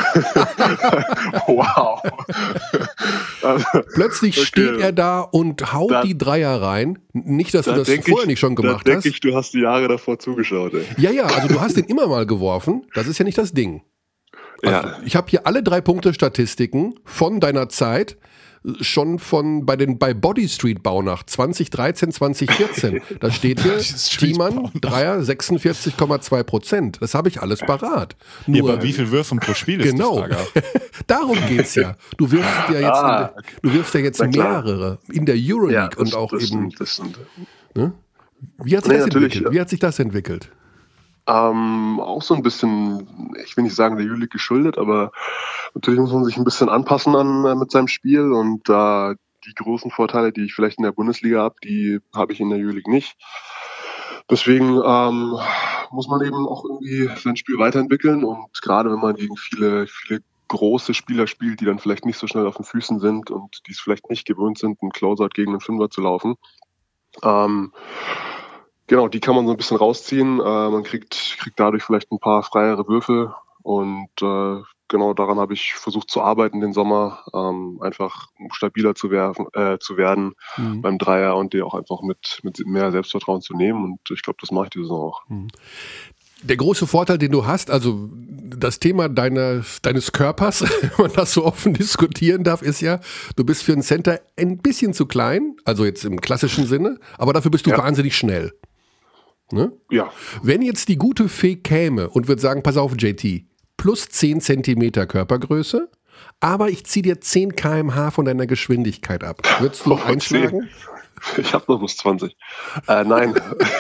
Wow. Also, plötzlich okay. steht er da und haut da, die Dreier rein. Nicht, dass da du das vorher ich, nicht schon gemacht da hast. denke ich, du hast die Jahre davor zugeschaut. Ey. Ja, ja, also du hast den immer mal geworfen. Das ist ja nicht das Ding. Also, ja. Ich habe hier alle Drei-Punkte-Statistiken von deiner Zeit. Schon von bei den bei Body Street Baunacht zwanzig dreizehn, zwanzig vierzehn. Da steht hier Thiemann Dreier sechsundvierzig Komma zwei Prozent. Das habe ich alles parat. Nur, ja, aber wie viel Würfen pro Spiel ist genau. die Frage? Darum geht's ja. Du wirfst ja jetzt, ah, der, du wirfst ja jetzt mehrere in der Euroleague ja, das, und auch das eben. Stimmt, das stimmt. Ne? Wie hat sich nee, das entwickelt? Wie hat sich das entwickelt? Ähm, auch so ein bisschen, ich will nicht sagen der Euroleague geschuldet, aber natürlich muss man sich ein bisschen anpassen an äh, mit seinem Spiel und äh, die großen Vorteile, die ich vielleicht in der Bundesliga habe, die habe ich in der Euroleague nicht. Deswegen ähm, muss man eben auch irgendwie sein Spiel weiterentwickeln und gerade wenn man gegen viele, viele große Spieler spielt, die dann vielleicht nicht so schnell auf den Füßen sind und die es vielleicht nicht gewöhnt sind, einen Closeout gegen einen Fünfer zu laufen, ähm, genau, die kann man so ein bisschen rausziehen. Äh, man kriegt, kriegt dadurch vielleicht ein paar freiere Würfe und äh, genau daran habe ich versucht zu arbeiten den Sommer, ähm, einfach stabiler zu, werfen, äh, zu werden mhm. beim Dreier und die auch einfach mit, mit mehr Selbstvertrauen zu nehmen und ich glaube, das mache ich diese Saison auch. Mhm. Der große Vorteil, den du hast, also das Thema deines, deines Körpers, wenn man das so offen diskutieren darf, ist ja, du bist für einen Center ein bisschen zu klein, also jetzt im klassischen Sinne, aber dafür bist du ja. wahnsinnig schnell. Ne? Ja. Wenn jetzt die gute Fee käme und würde sagen, pass auf J T, plus zehn Zentimeter Körpergröße, aber ich ziehe dir zehn Kilometer pro Stunde von deiner Geschwindigkeit ab. Würdest du oh, einschlagen? zehn. Ich habe noch bis zwanzig. Äh, nein.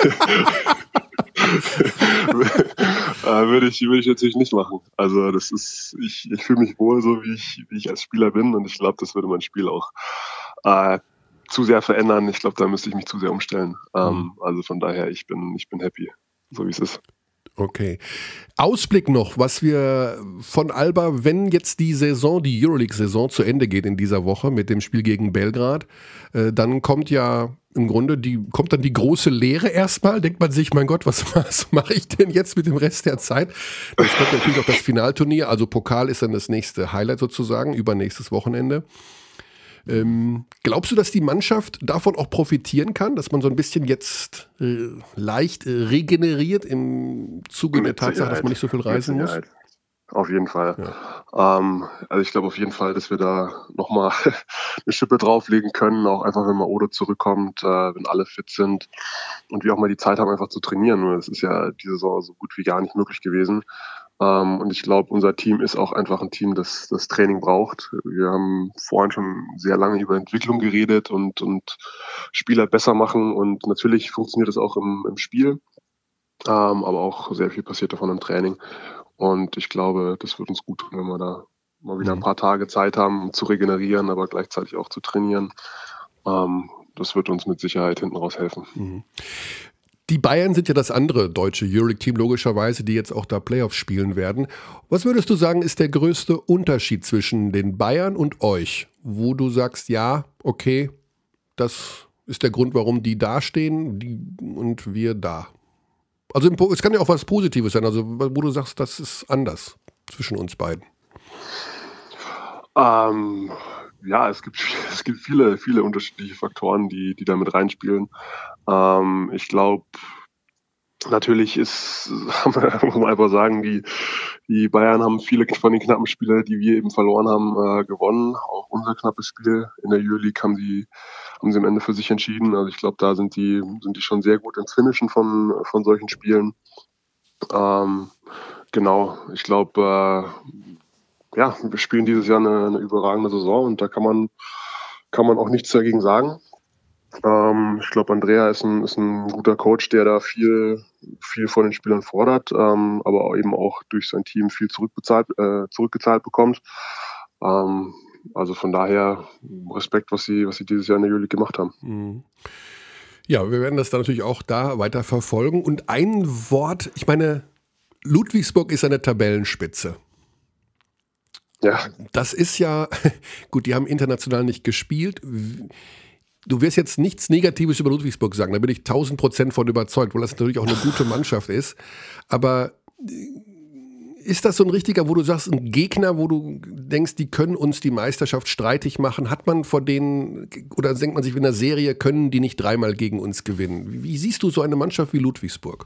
äh, würde ich, würde ich natürlich nicht machen. Also das ist, ich, ich fühle mich wohl so, wie ich, wie ich als Spieler bin und ich glaube, das würde mein Spiel auch äh, zu sehr verändern. Ich glaube, da müsste ich mich zu sehr umstellen. Mhm. Ähm, also von daher, ich bin, ich bin happy, so wie es ist. Okay. Ausblick noch, was wir von Alba, wenn jetzt die Saison, die Euroleague-Saison zu Ende geht in dieser Woche mit dem Spiel gegen Belgrad, äh, dann kommt ja im Grunde die, kommt dann die große Lehre erstmal, denkt man sich, mein Gott, was, was mache ich denn jetzt mit dem Rest der Zeit? Jetzt kommt natürlich auch das Finalturnier, also Pokal ist dann das nächste Highlight sozusagen, übernächstes Wochenende. Ähm, glaubst du, dass die Mannschaft davon auch profitieren kann, dass man so ein bisschen jetzt äh, leicht äh, regeneriert im Zuge der Tatsache, dass man nicht so viel reisen muss? Auf jeden Fall. Ja. Ähm, also ich glaube auf jeden Fall, dass wir da nochmal eine Schippe drauflegen können, auch einfach, wenn mal Odo zurückkommt, äh, wenn alle fit sind und wir auch mal die Zeit haben, einfach zu trainieren. Das ist ja diese Saison so gut wie gar nicht möglich gewesen. Ähm, und ich glaube, unser Team ist auch einfach ein Team, das das Training braucht. Wir haben vorhin schon sehr lange über Entwicklung geredet und, und Spieler besser machen und natürlich funktioniert das auch im, im Spiel, ähm, aber auch sehr viel passiert davon im Training. Und ich glaube, das wird uns gut tun, wenn wir da mal wieder ein paar Tage Zeit haben, um zu regenerieren, aber gleichzeitig auch zu trainieren. Ähm, das wird uns mit Sicherheit hinten raus helfen. Mhm. Die Bayern sind ja das andere deutsche Euroleague-Team logischerweise, die jetzt auch da Playoffs spielen werden. Was würdest du sagen, ist der größte Unterschied zwischen den Bayern und euch? Wo du sagst, ja, okay, das ist der Grund, warum die da stehen die und wir da. Also es kann ja auch was Positives sein, also wo du sagst, das ist anders zwischen uns beiden. Ähm, ja, es gibt, es gibt viele, viele unterschiedliche Faktoren, die, die da mit reinspielen. Ähm, ich glaube, natürlich ist, muss man einfach sagen, die, die Bayern haben viele von den knappen Spielen, die wir eben verloren haben, äh, gewonnen. Auch unser knappes Spiel in der Euroleague haben sie, haben sie am Ende für sich entschieden. Also ich glaube, da sind die, sind die schon sehr gut ins Finishen von, von solchen Spielen. Ähm, genau, ich glaube, äh, ja, wir spielen dieses Jahr eine, eine überragende Saison und da kann man, kann man auch nichts dagegen sagen. Ähm, ich glaube, Andrea ist ein, ist ein guter Coach, der da viel, viel von den Spielern fordert, ähm, aber auch eben auch durch sein Team viel zurückbezahlt, äh, zurückgezahlt bekommt. Ähm, also von daher Respekt, was sie, was sie dieses Jahr in der Euroleague gemacht haben. Mhm. Ja, wir werden das dann natürlich auch da weiter verfolgen. Und ein Wort, ich meine, Ludwigsburg ist eine Tabellenspitze. Ja. Das ist ja, gut, die haben international nicht gespielt. Du wirst jetzt nichts Negatives über Ludwigsburg sagen, da bin ich tausend Prozent von überzeugt, weil das natürlich auch eine gute Mannschaft ist. Aber ist das so ein richtiger, wo du sagst, ein Gegner, wo du denkst, die können uns die Meisterschaft streitig machen? Hat man vor denen, oder denkt man sich in der Serie, können die nicht dreimal gegen uns gewinnen? Wie siehst du so eine Mannschaft wie Ludwigsburg?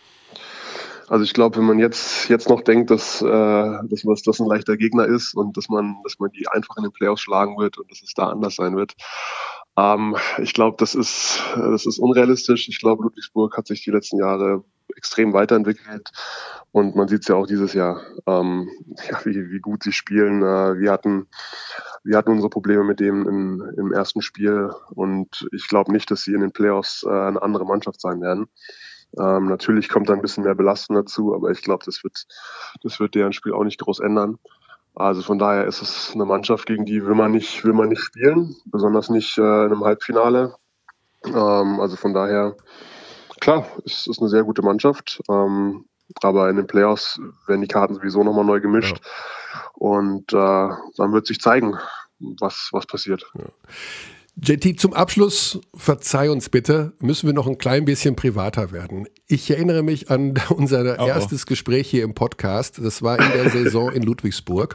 Also ich glaube, wenn man jetzt, jetzt noch denkt, dass, äh, dass was, das ein leichter Gegner ist und dass man, dass man die einfach in den Playoffs schlagen wird und dass es da anders sein wird, ähm, ich glaube, das ist, das ist unrealistisch. Ich glaube, Ludwigsburg hat sich die letzten Jahre extrem weiterentwickelt und man sieht es ja auch dieses Jahr, ähm, ja, wie, wie gut sie spielen. Äh, wir hatten, wir hatten unsere Probleme mit dem im, im ersten Spiel und ich glaube nicht, dass sie in den Playoffs äh, eine andere Mannschaft sein werden. Ähm, natürlich kommt da ein bisschen mehr Belastung dazu, aber ich glaube, das wird, das wird deren Spiel auch nicht groß ändern. Also von daher ist es eine Mannschaft, gegen die will man nicht, will man nicht spielen, besonders nicht äh, in einem Halbfinale. Ähm, also von daher, klar, es ist eine sehr gute Mannschaft, ähm, aber in den Playoffs werden die Karten sowieso nochmal neu gemischt ja. und äh, dann wird sich zeigen, was, was passiert. Ja. J T, zum Abschluss, verzeih uns bitte, müssen wir noch ein klein bisschen privater werden. Ich erinnere mich an unser oh, erstes oh. Gespräch hier im Podcast. Das war in der Saison in Ludwigsburg.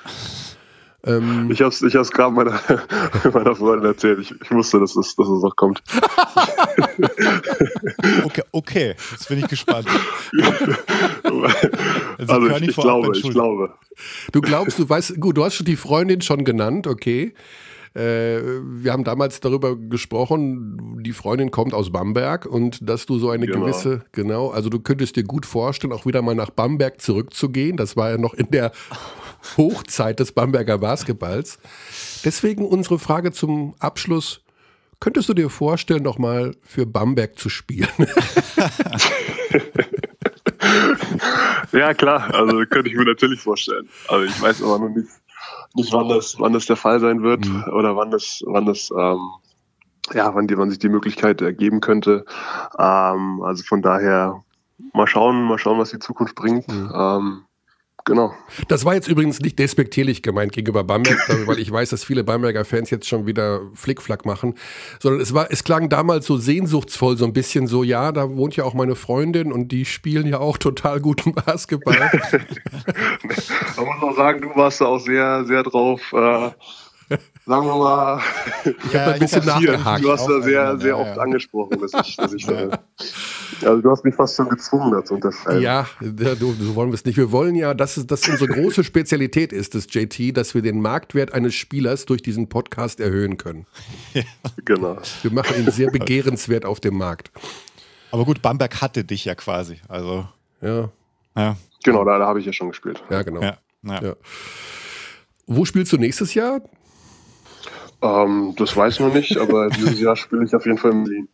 Ähm, ich habe es ich gerade meiner, meiner Freundin erzählt. Ich, ich wusste, dass es, dass es noch kommt. okay, okay, jetzt bin ich gespannt. Also, also ich, ich glaube, ich glaube. Du glaubst, du weißt, gut, du hast schon die Freundin schon genannt, okay. Wir haben damals darüber gesprochen, die Freundin kommt aus Bamberg und dass du so eine genau. gewisse, genau, also du könntest dir gut vorstellen, auch wieder mal nach Bamberg zurückzugehen. Das war ja noch in der Hochzeit des Bamberger Basketballs. Deswegen unsere Frage zum Abschluss. Könntest du dir vorstellen, noch mal für Bamberg zu spielen? Ja, klar, also könnte ich mir natürlich vorstellen. Also ich weiß aber noch nicht, nicht wann das, wann das der Fall sein wird mhm. oder wann das, wann das, ähm, ja, wann, die, wann sich die Möglichkeit ergeben könnte. Ähm, also von daher mal schauen, mal schauen, was die Zukunft bringt. Mhm. Ähm, genau. Das war jetzt übrigens nicht despektierlich gemeint gegenüber Bamberg, weil ich weiß, dass viele Bamberger Fans jetzt schon wieder Flickflack machen, sondern es war, es klang damals so sehnsuchtsvoll, so ein bisschen so, ja, da wohnt ja auch meine Freundin und die spielen ja auch total guten Basketball. Man muss auch sagen, du warst da auch sehr, sehr drauf, äh, sagen wir mal, ich habe ein bisschen nachgehakt. Du hast da sehr, sehr oft angesprochen, dass ich, dass ich da, also du hast mich fast schon gezwungen dazu unterschreiben. Ja, du, so wollen wir es nicht. Wir wollen ja, dass es, dass unsere große Spezialität ist, das J T, dass wir den Marktwert eines Spielers durch diesen Podcast erhöhen können. Ja. Genau. Wir machen ihn sehr begehrenswert auf dem Markt. Aber gut, Bamberg hatte dich ja quasi, also. Ja. Ja. Genau, da, da habe ich ja schon gespielt. Ja, genau. Ja. Ja. Ja. Wo spielst du nächstes Jahr? Ähm, das weiß man nicht, aber dieses Jahr spiele ich auf jeden Fall in Berlin.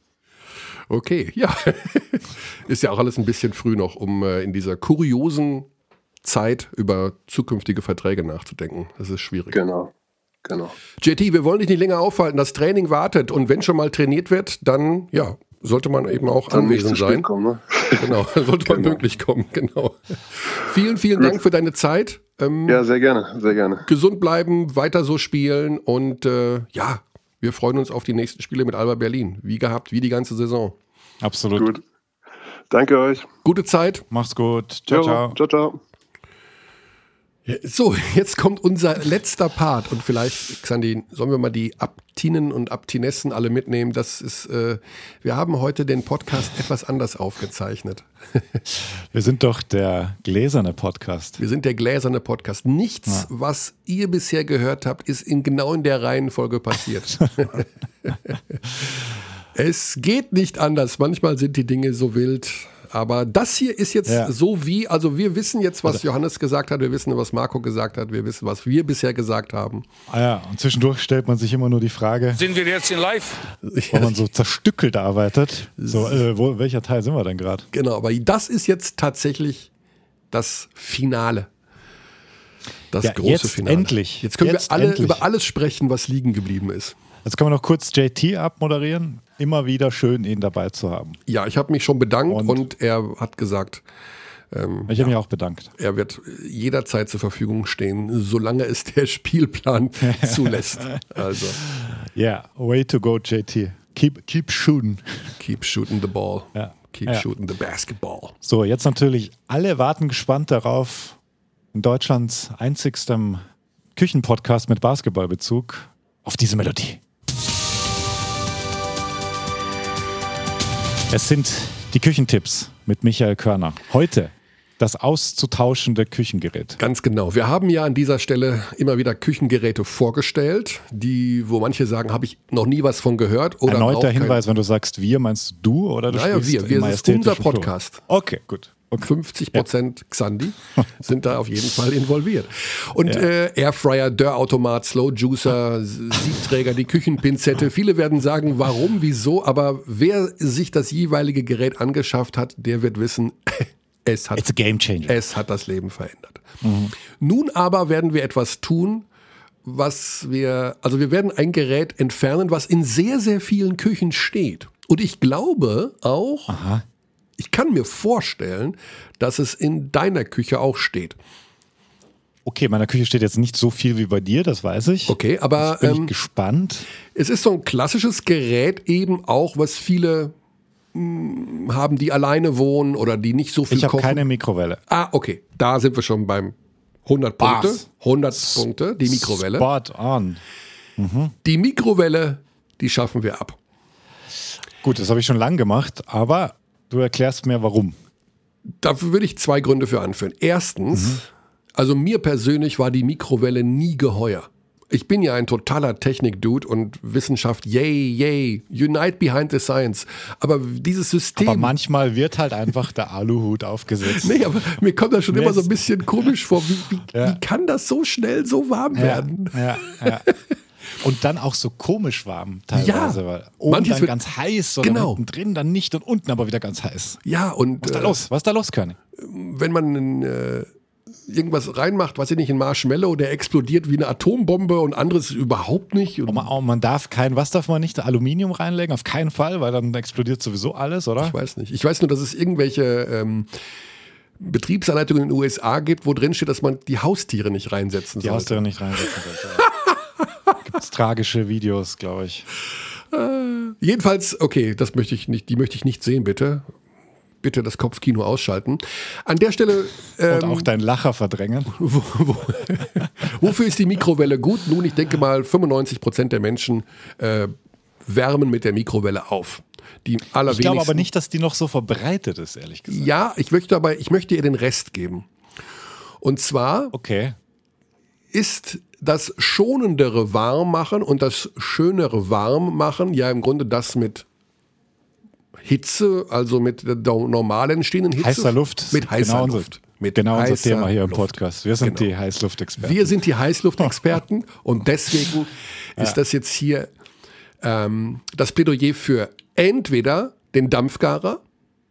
Okay, ja. Ist ja auch alles ein bisschen früh noch, um äh, in dieser kuriosen Zeit, über zukünftige Verträge nachzudenken. Das ist schwierig. Genau, genau. J T, wir wollen dich nicht länger aufhalten. Das Training wartet und wenn schon mal trainiert wird, dann ja, sollte man eben auch Dann nicht anwesend zu spät sein. kommen, ne? Genau, sollte man Genau. pünktlich kommen, genau. Vielen, vielen Dank für deine Zeit. Ähm, Ja, sehr gerne, sehr gerne. Gesund bleiben, weiter so spielen und äh, ja, wir freuen uns auf die nächsten Spiele mit Alba Berlin. Wie gehabt, wie die ganze Saison. Absolut. Gut. Danke euch. Gute Zeit. Mach's gut. Ciao, Jo, ciao. ciao, ciao. So, jetzt kommt unser letzter Part und vielleicht, Xandi, sollen wir mal die Aptinen und Aptinessen alle mitnehmen. Das ist, äh, wir haben heute den Podcast etwas anders aufgezeichnet. Wir sind doch der gläserne Podcast. Wir sind der gläserne Podcast. Nichts, ja. was ihr bisher gehört habt, ist in genau in der Reihenfolge passiert. Es geht nicht anders. Manchmal sind die Dinge so wild. Aber das hier ist jetzt ja. so wie, also wir wissen jetzt, was also, Johannes gesagt hat, wir wissen, was Marco gesagt hat, wir wissen, was wir bisher gesagt haben. Ah ja, und zwischendurch stellt man sich immer nur die Frage, sind wir jetzt in live? Wenn man so zerstückelt arbeitet, so, äh, wo, welcher Teil sind wir denn gerade? Genau, aber das ist jetzt tatsächlich das Finale. Das ja, große jetzt Finale. Endlich. Jetzt können jetzt wir alle endlich. über alles sprechen, was liegen geblieben ist. Jetzt können wir noch kurz J T abmoderieren. Immer wieder schön, ihn dabei zu haben. Ja, ich habe mich schon bedankt und, und er hat gesagt, ähm, ich habe ja. mich auch bedankt. Er wird jederzeit zur Verfügung stehen, solange es der Spielplan zulässt. Also. Yeah, way to go, J T. Keep, keep shooting. Keep shooting the ball. Ja. Keep ja. shooting the basketball. So, jetzt natürlich alle warten gespannt darauf, in Deutschlands einzigstem Küchenpodcast mit Basketballbezug, auf diese Melodie. Es sind die Küchentipps mit Michael Körner. Heute das auszutauschende Küchengerät. Ganz genau. Wir haben ja an dieser Stelle immer wieder Küchengeräte vorgestellt, die, wo manche sagen, habe ich noch nie was von gehört. Oder erneuter Hinweis, wenn du sagst wir, meinst du oder du naja, sprichst wir. Wir sind unser Podcast. Plural. Okay, gut. Okay. fünfzig Prozent ja. Xandi sind da auf jeden Fall involviert. Und ja. äh, Airfryer, Dörrautomat, Slow Juicer, Siebträger, die Küchenpinzette. Viele werden sagen, warum, wieso, aber wer sich das jeweilige Gerät angeschafft hat, der wird wissen, es hat, It's a game changer. es hat das Leben verändert. Mhm. Nun aber werden wir etwas tun, was wir, also wir werden ein Gerät entfernen, was in sehr, sehr vielen Küchen steht. Und ich glaube auch, Aha. ich kann mir vorstellen, dass es in deiner Küche auch steht. Okay, in meiner Küche steht jetzt nicht so viel wie bei dir, das weiß ich. Okay, aber jetzt bin ähm, ich gespannt. Es ist so ein klassisches Gerät eben auch, was viele mh, haben, die alleine wohnen oder die nicht so viel ich kochen. Ich habe keine Mikrowelle. Ah, okay, da sind wir schon beim hundert Punkte. hundert Punkte, die Mikrowelle. Spot on. Mhm. Die Mikrowelle, die schaffen wir ab. Gut, das habe ich schon lang gemacht, aber du erklärst mir, warum. Dafür würde ich zwei Gründe für anführen. Erstens, mhm. also mir persönlich war die Mikrowelle nie geheuer. Ich bin ja ein totaler Technik-Dude und Wissenschaft, yay, yay, unite behind the science. Aber dieses System... Aber manchmal wird halt einfach der Aluhut aufgesetzt. Nee, aber mir kommt das schon Mir immer so ein bisschen komisch vor. Wie, wie, ja. wie kann das so schnell so warm ja, werden? Ja, ja. Und dann auch so komisch warm teilweise. Ja, weil oben manches dann wird, ganz heiß oder genau. drin dann nicht und unten aber wieder ganz heiß. Ja, und... Was ist da äh, los? Was ist da los, Körny? Wenn man... Äh, irgendwas reinmacht, weiß ich nicht, ein Marshmallow, der explodiert wie eine Atombombe und anderes überhaupt nicht. Und man, oh, man darf kein, was darf man nicht, Aluminium reinlegen? Auf keinen Fall, weil dann explodiert sowieso alles, oder? Ich weiß nicht. Ich weiß nur, dass es irgendwelche ähm, Betriebsanleitungen in den U S A gibt, wo drin steht, dass man die Haustiere nicht reinsetzen die sollte. Die Haustiere nicht reinsetzen sollte. Gibt es tragische Videos, glaube ich. Äh, jedenfalls, okay, das möchte ich nicht, die möchte ich nicht sehen, bitte. Bitte das Kopfkino ausschalten. An der Stelle... Ähm, und auch dein Lacher verdrängen. Wo, wo, wofür ist die Mikrowelle gut? Nun, ich denke mal, fünfundneunzig Prozent der Menschen äh, wärmen mit der Mikrowelle auf. Die allerwenigsten. Ich glaube aber nicht, dass die noch so verbreitet ist, ehrlich gesagt. Ja, ich möchte aber, ich möchte ihr den Rest geben. Und zwar okay. ist das schonendere Warmmachen und das schönere Warmmachen ja im Grunde das mit Hitze, also mit der normal entstehenden Hitze. Heißer Luft. Mit heißer genau Luft. Mit genau unser heißer Thema hier im Luft. Podcast. Wir sind genau. die Heißluftexperten. Wir sind die Heißluftexperten und deswegen ja. ist das jetzt hier ähm, das Plädoyer für entweder den Dampfgarer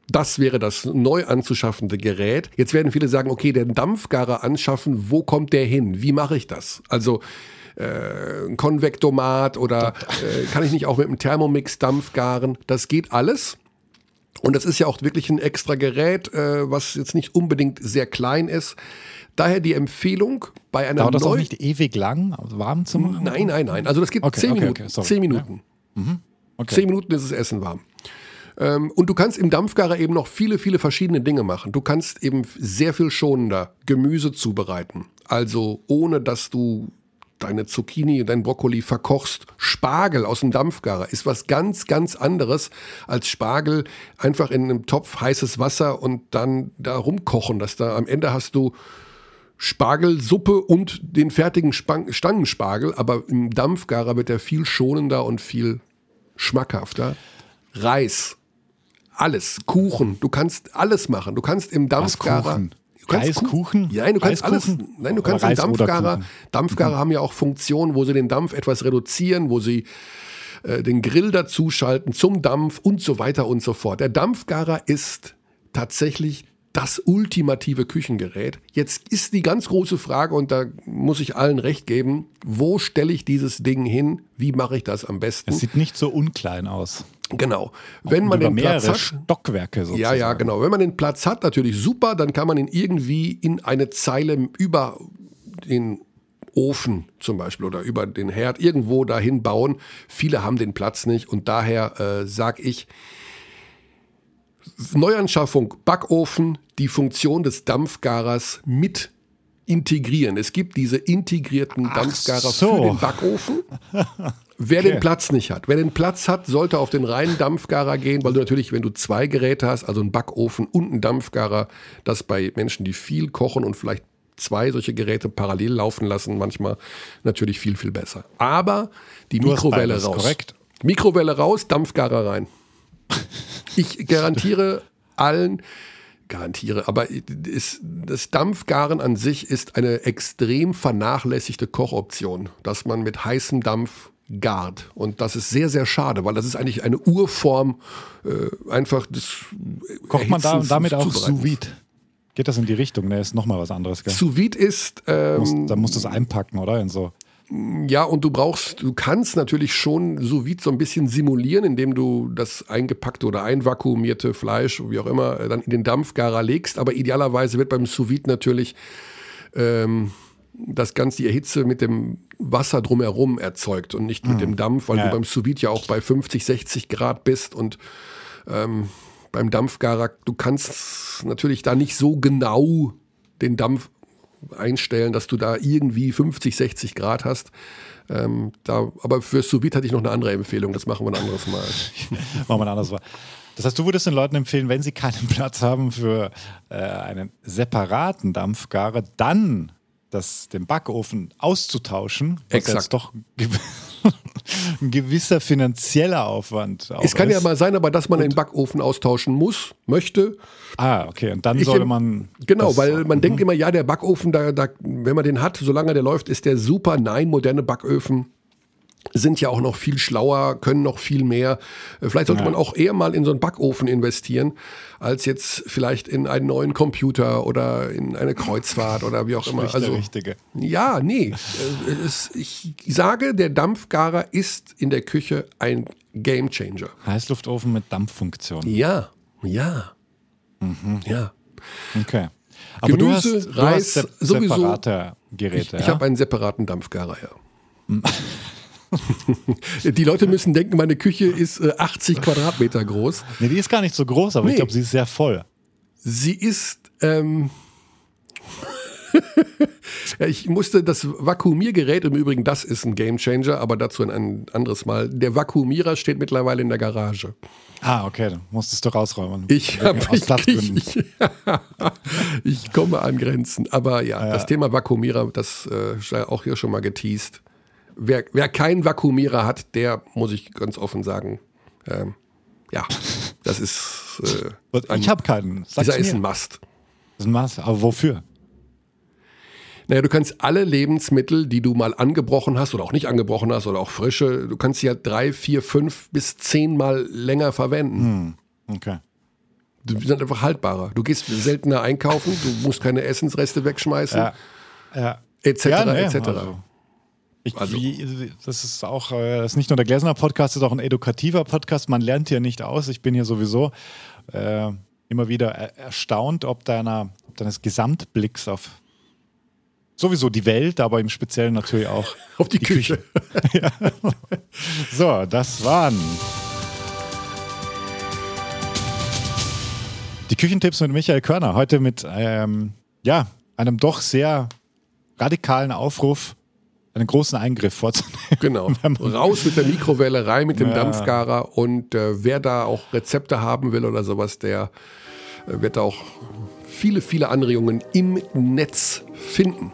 Das wäre das neu anzuschaffende Gerät. Jetzt werden viele sagen, okay, den Dampfgarer anschaffen, wo kommt der hin? Wie mache ich das? Also äh, ein Konvektomat oder äh, kann ich nicht auch mit einem Thermomix Dampf garen? Das geht alles. Und das ist ja auch wirklich ein extra Gerät, äh, was jetzt nicht unbedingt sehr klein ist. Daher die Empfehlung bei einer Dauert das neu- auch nicht ewig lang, warm zu machen? Nein, nein, nein. Also das geht Okay, zehn okay, Minuten. okay, sorry. Zehn Minuten. Ja. Mhm. Okay. Zehn Minuten ist das Essen warm. Ähm, und du kannst im Dampfgarer eben noch viele, viele verschiedene Dinge machen. Du kannst eben sehr viel schonender Gemüse zubereiten. Also ohne, dass du deine Zucchini und dein Brokkoli verkochst. Spargel aus dem Dampfgarer ist was ganz, ganz anderes als Spargel einfach in einem Topf heißes Wasser und dann da rumkochen. Dass da am Ende hast du Spargelsuppe und den fertigen Spang- Stangenspargel, aber im Dampfgarer wird er viel schonender und viel schmackhafter. Reis, alles, Kuchen, du kannst alles machen. Du kannst im Dampfgarer... Kuchen? Du kannst Reiskuchen? Ja, du kannst alles. Reiskuchen? Nein, du Oder kannst im Reis oder Dampfgarer. Kuchen? Dampfgarer Mhm. haben ja auch Funktionen, wo sie den Dampf etwas reduzieren, wo sie äh, den Grill dazuschalten zum Dampf und so weiter und so fort. Der Dampfgarer ist tatsächlich das ultimative Küchengerät. Jetzt ist die ganz große Frage, und da muss ich allen recht geben, wo stelle ich dieses Ding hin? Wie mache ich das am besten? Es sieht nicht so unklein aus. Genau. Wenn Und man über den Platz mehrere hat, Stockwerke sozusagen. ja, ja, genau. Wenn man den Platz hat, natürlich super, dann kann man ihn irgendwie in eine Zeile über den Ofen zum Beispiel oder über den Herd irgendwo dahin bauen. Viele haben den Platz nicht und daher äh, sage ich, Neuanschaffung Backofen, die Funktion des Dampfgarers mit integrieren. Es gibt diese integrierten Ach Dampfgarer so. für den Backofen. Wer Okay. den Platz nicht hat. Wer den Platz hat, sollte auf den reinen Dampfgarer gehen, weil du natürlich, wenn du zwei Geräte hast, also einen Backofen und einen Dampfgarer, das bei Menschen, die viel kochen und vielleicht zwei solche Geräte parallel laufen lassen, manchmal natürlich viel, viel besser. Aber die Du hast Mikrowelle beides, raus. korrekt? Mikrowelle raus, Dampfgarer rein. Ich garantiere allen, garantiere, aber ist, das Dampfgaren an sich ist eine extrem vernachlässigte Kochoption, dass man mit heißem Dampf gart. Und das ist sehr, sehr schade, weil das ist eigentlich eine Urform äh, einfach des Kocht man da, Erhitzens damit des auch Zubereitens. sous vide? Geht das in die Richtung? Ne, ist nochmal was anderes, gell? Sous vide ist, ähm, Muss, da musst du es einpacken, oder? In so. ja, und du brauchst, du kannst natürlich schon sous vide so ein bisschen simulieren, indem du das eingepackte oder einvakuumierte Fleisch, wie auch immer, dann in den Dampfgarer legst. Aber idealerweise wird beim sous vide natürlich ähm, das Ganze, die Hitze mit dem Wasser drumherum erzeugt und nicht mit dem Dampf, weil Ja. du beim sous vide ja auch bei fünfzig, sechzig Grad bist und ähm, beim Dampfgarer, du kannst natürlich da nicht so genau den Dampf einstellen, dass du da irgendwie fünfzig, sechzig Grad hast. Ähm, da, aber für sous vide hatte ich noch eine andere Empfehlung, das machen wir ein anderes Mal. Machen wir ein anderes Mal. Das heißt, du würdest den Leuten empfehlen, wenn sie keinen Platz haben für äh, einen separaten Dampfgarer, dann das, den Backofen auszutauschen, was Exakt. jetzt doch gew- ein gewisser finanzieller Aufwand auch Es kann ist. ja mal sein, aber dass man den Backofen austauschen muss, möchte. Ah, okay. Und dann Ich sollte em- man. Genau, das- weil man denkt immer, ja, der Backofen, da, da, wenn man den hat, solange der läuft, ist der super. Nein, moderne Backöfen sind ja auch noch viel schlauer, können noch viel mehr. Äh, Vielleicht sollte Ja. man auch eher mal in so einen Backofen investieren, als jetzt vielleicht in einen neuen Computer oder in eine Kreuzfahrt oder wie auch immer. Spricht Also der Richtige. ja, nee. Äh, Es, ich sage, der Dampfgarer ist in der Küche ein Gamechanger. Heißluftofen mit Dampffunktion. Ja, ja, ja. Okay. Aber Gemüse, du hast, du Reis, hast sep- sowieso. separate Ich, Geräte. ich ja? habe einen separaten Dampfgarer, ja. Die Leute müssen denken, meine Küche ist äh, achtzig Quadratmeter groß. Nee, die ist gar nicht so groß, aber Nee. ich glaube, sie ist sehr voll. Sie ist, ähm, ja, ich musste das Vakuumiergerät, im Übrigen, das ist ein Gamechanger, aber dazu ein anderes Mal. Der Vakuumierer steht mittlerweile in der Garage. Ah, okay, dann musstest du rausräumen. Ich, hab, Aus ich, Platzgründen. ich, ich komme an Grenzen. Aber ja, Ja. das Thema Vakuumierer, das äh, ist ja auch hier schon mal geteased. Wer, wer keinen Vakuumierer hat, der, muss ich ganz offen sagen, ähm, ja, das ist äh, ein, Ich habe keinen. Sag's dieser ist mir. ein Must. Das ist ein Maß. Aber wofür? Naja, du kannst alle Lebensmittel, die du mal angebrochen hast oder auch nicht angebrochen hast oder auch frische, du kannst sie halt drei, vier, fünf bis zehn Mal länger verwenden. Okay. Die sind einfach haltbarer. Du gehst seltener einkaufen, du musst keine Essensreste wegschmeißen, Ja. Ja. et cetera, Ja, nee, et cetera. also. Ich, Also- wie, das ist auch, äh, das ist nicht nur der Gläserner Podcast, das ist auch ein edukativer Podcast. Man lernt hier nicht aus. Ich bin hier sowieso äh, immer wieder er erstaunt, ob deiner, ob deines Gesamtblicks auf sowieso die Welt, aber im Speziellen natürlich auch Auf die, Küche. ja. So, das waren die Küchentipps mit Michael Körner. Heute mit ähm, ja, einem doch sehr radikalen Aufruf, einen großen Eingriff vorzunehmen. Genau. Raus mit der Mikrowelle, rein mit dem Ja. Dampfgarer. Und äh, wer da auch Rezepte haben will oder sowas, der äh, wird da auch viele, viele Anregungen im Netz finden.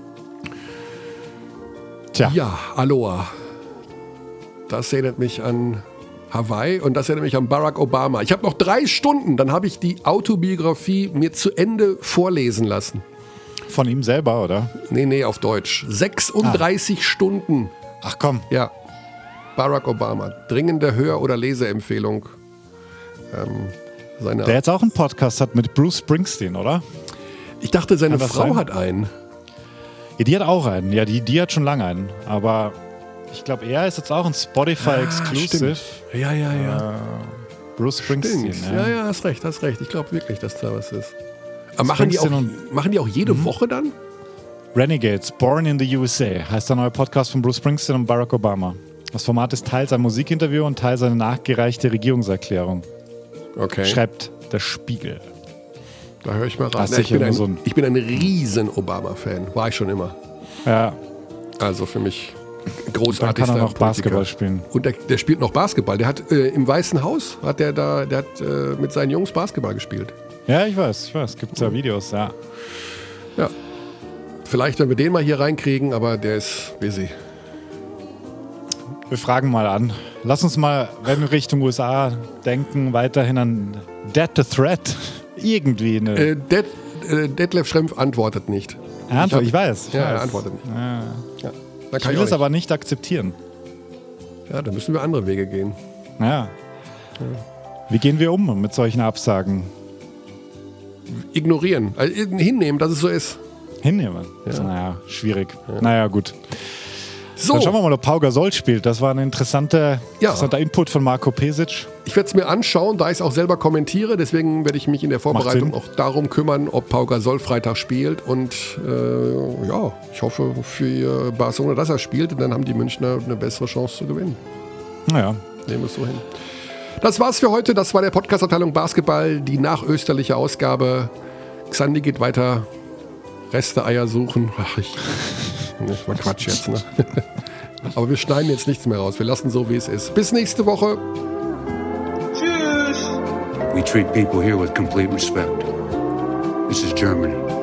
Tja, Ja, Aloha. Das erinnert mich an Hawaii und das erinnert mich an Barack Obama. Ich habe noch drei Stunden, dann habe ich die Autobiografie mir zu Ende vorlesen lassen. von ihm selber, oder? Nee, nee, auf Deutsch. sechsunddreißig Stunden. Ach komm. Ja. Barack Obama. Dringende Hör- oder Leseempfehlung. Ähm, seine Der jetzt auch einen Podcast hat mit Bruce Springsteen, oder? ich dachte, seine Kann das Frau sein? hat einen. Ja, die hat auch einen. Ja, die, die hat schon lange einen. Aber ich glaube, er ist jetzt auch ein Spotify-Exclusive. Ah, Ja, ja, ja. Äh, Bruce Springsteen. Stimmt. Ja, ja, hast recht, hast recht. Ich glaube wirklich, dass da was ist. Aber machen die, auch, Springsteen und- machen die auch jede Mhm. Woche dann? Renegades, Born in the U S A, heißt der neue Podcast von Bruce Springsteen und Barack Obama. Das Format ist teils ein Musikinterview und teils eine nachgereichte Regierungserklärung. Okay, Schreibt der Spiegel. da höre ich mal rein. Hast Na, ich, sicher bin ein, nur so ein- ich bin ein riesen Obama-Fan. War ich schon immer. Ja, Also für mich dann großartig. kann er noch Basketball spielen. Und der, der spielt noch Basketball. Der hat äh, im Weißen Haus, hat der da, der hat äh, mit seinen Jungs Basketball gespielt. Ja, ich weiß, ich weiß. Gibt es ja Videos, ja. Ja. Vielleicht, wenn wir den mal hier reinkriegen, aber der ist busy. Wir fragen mal an. Lass uns mal, wenn wir Richtung U S A denken, weiterhin an Dead the Threat. Irgendwie eine Äh, Dead, äh, Detlef Schrempf antwortet nicht. Antwort. ich Ich hab- weiß. Ich Ja, weiß. er antwortet nicht. Ja. Ja, dann Ich kann ich will auch es aber nicht akzeptieren. nicht. Ja, dann müssen wir andere Wege gehen. Ja. Wie gehen wir um mit solchen Absagen? Ignorieren, also hinnehmen, dass es so ist. Hinnehmen. Ja. Naja, schwierig. Naja, gut. So, Dann schauen wir mal, ob Pau Gasol spielt. Das war ein interessante, Ja. interessanter Input von Marco Pesic. ich werde es mir anschauen, da ich es auch selber kommentiere. Deswegen werde ich mich in der Vorbereitung Sinn. auch darum kümmern, ob Pau Gasol Freitag spielt. Und äh, ja, ich hoffe für Barcelona, dass er spielt. Und dann haben die Münchner eine bessere Chance zu gewinnen. Naja, Nehmen wir es so hin. Das war's für heute. Das war der Podcast-Abteilung Basketball, die nachösterliche Ausgabe. Xandi geht weiter Reste-Eier suchen. Ach, ich. Das war Quatsch jetzt, ne? Aber wir schneiden jetzt nichts mehr raus. Wir lassen so, wie es ist. Bis nächste Woche. We treat people here with complete respect. This is Germany.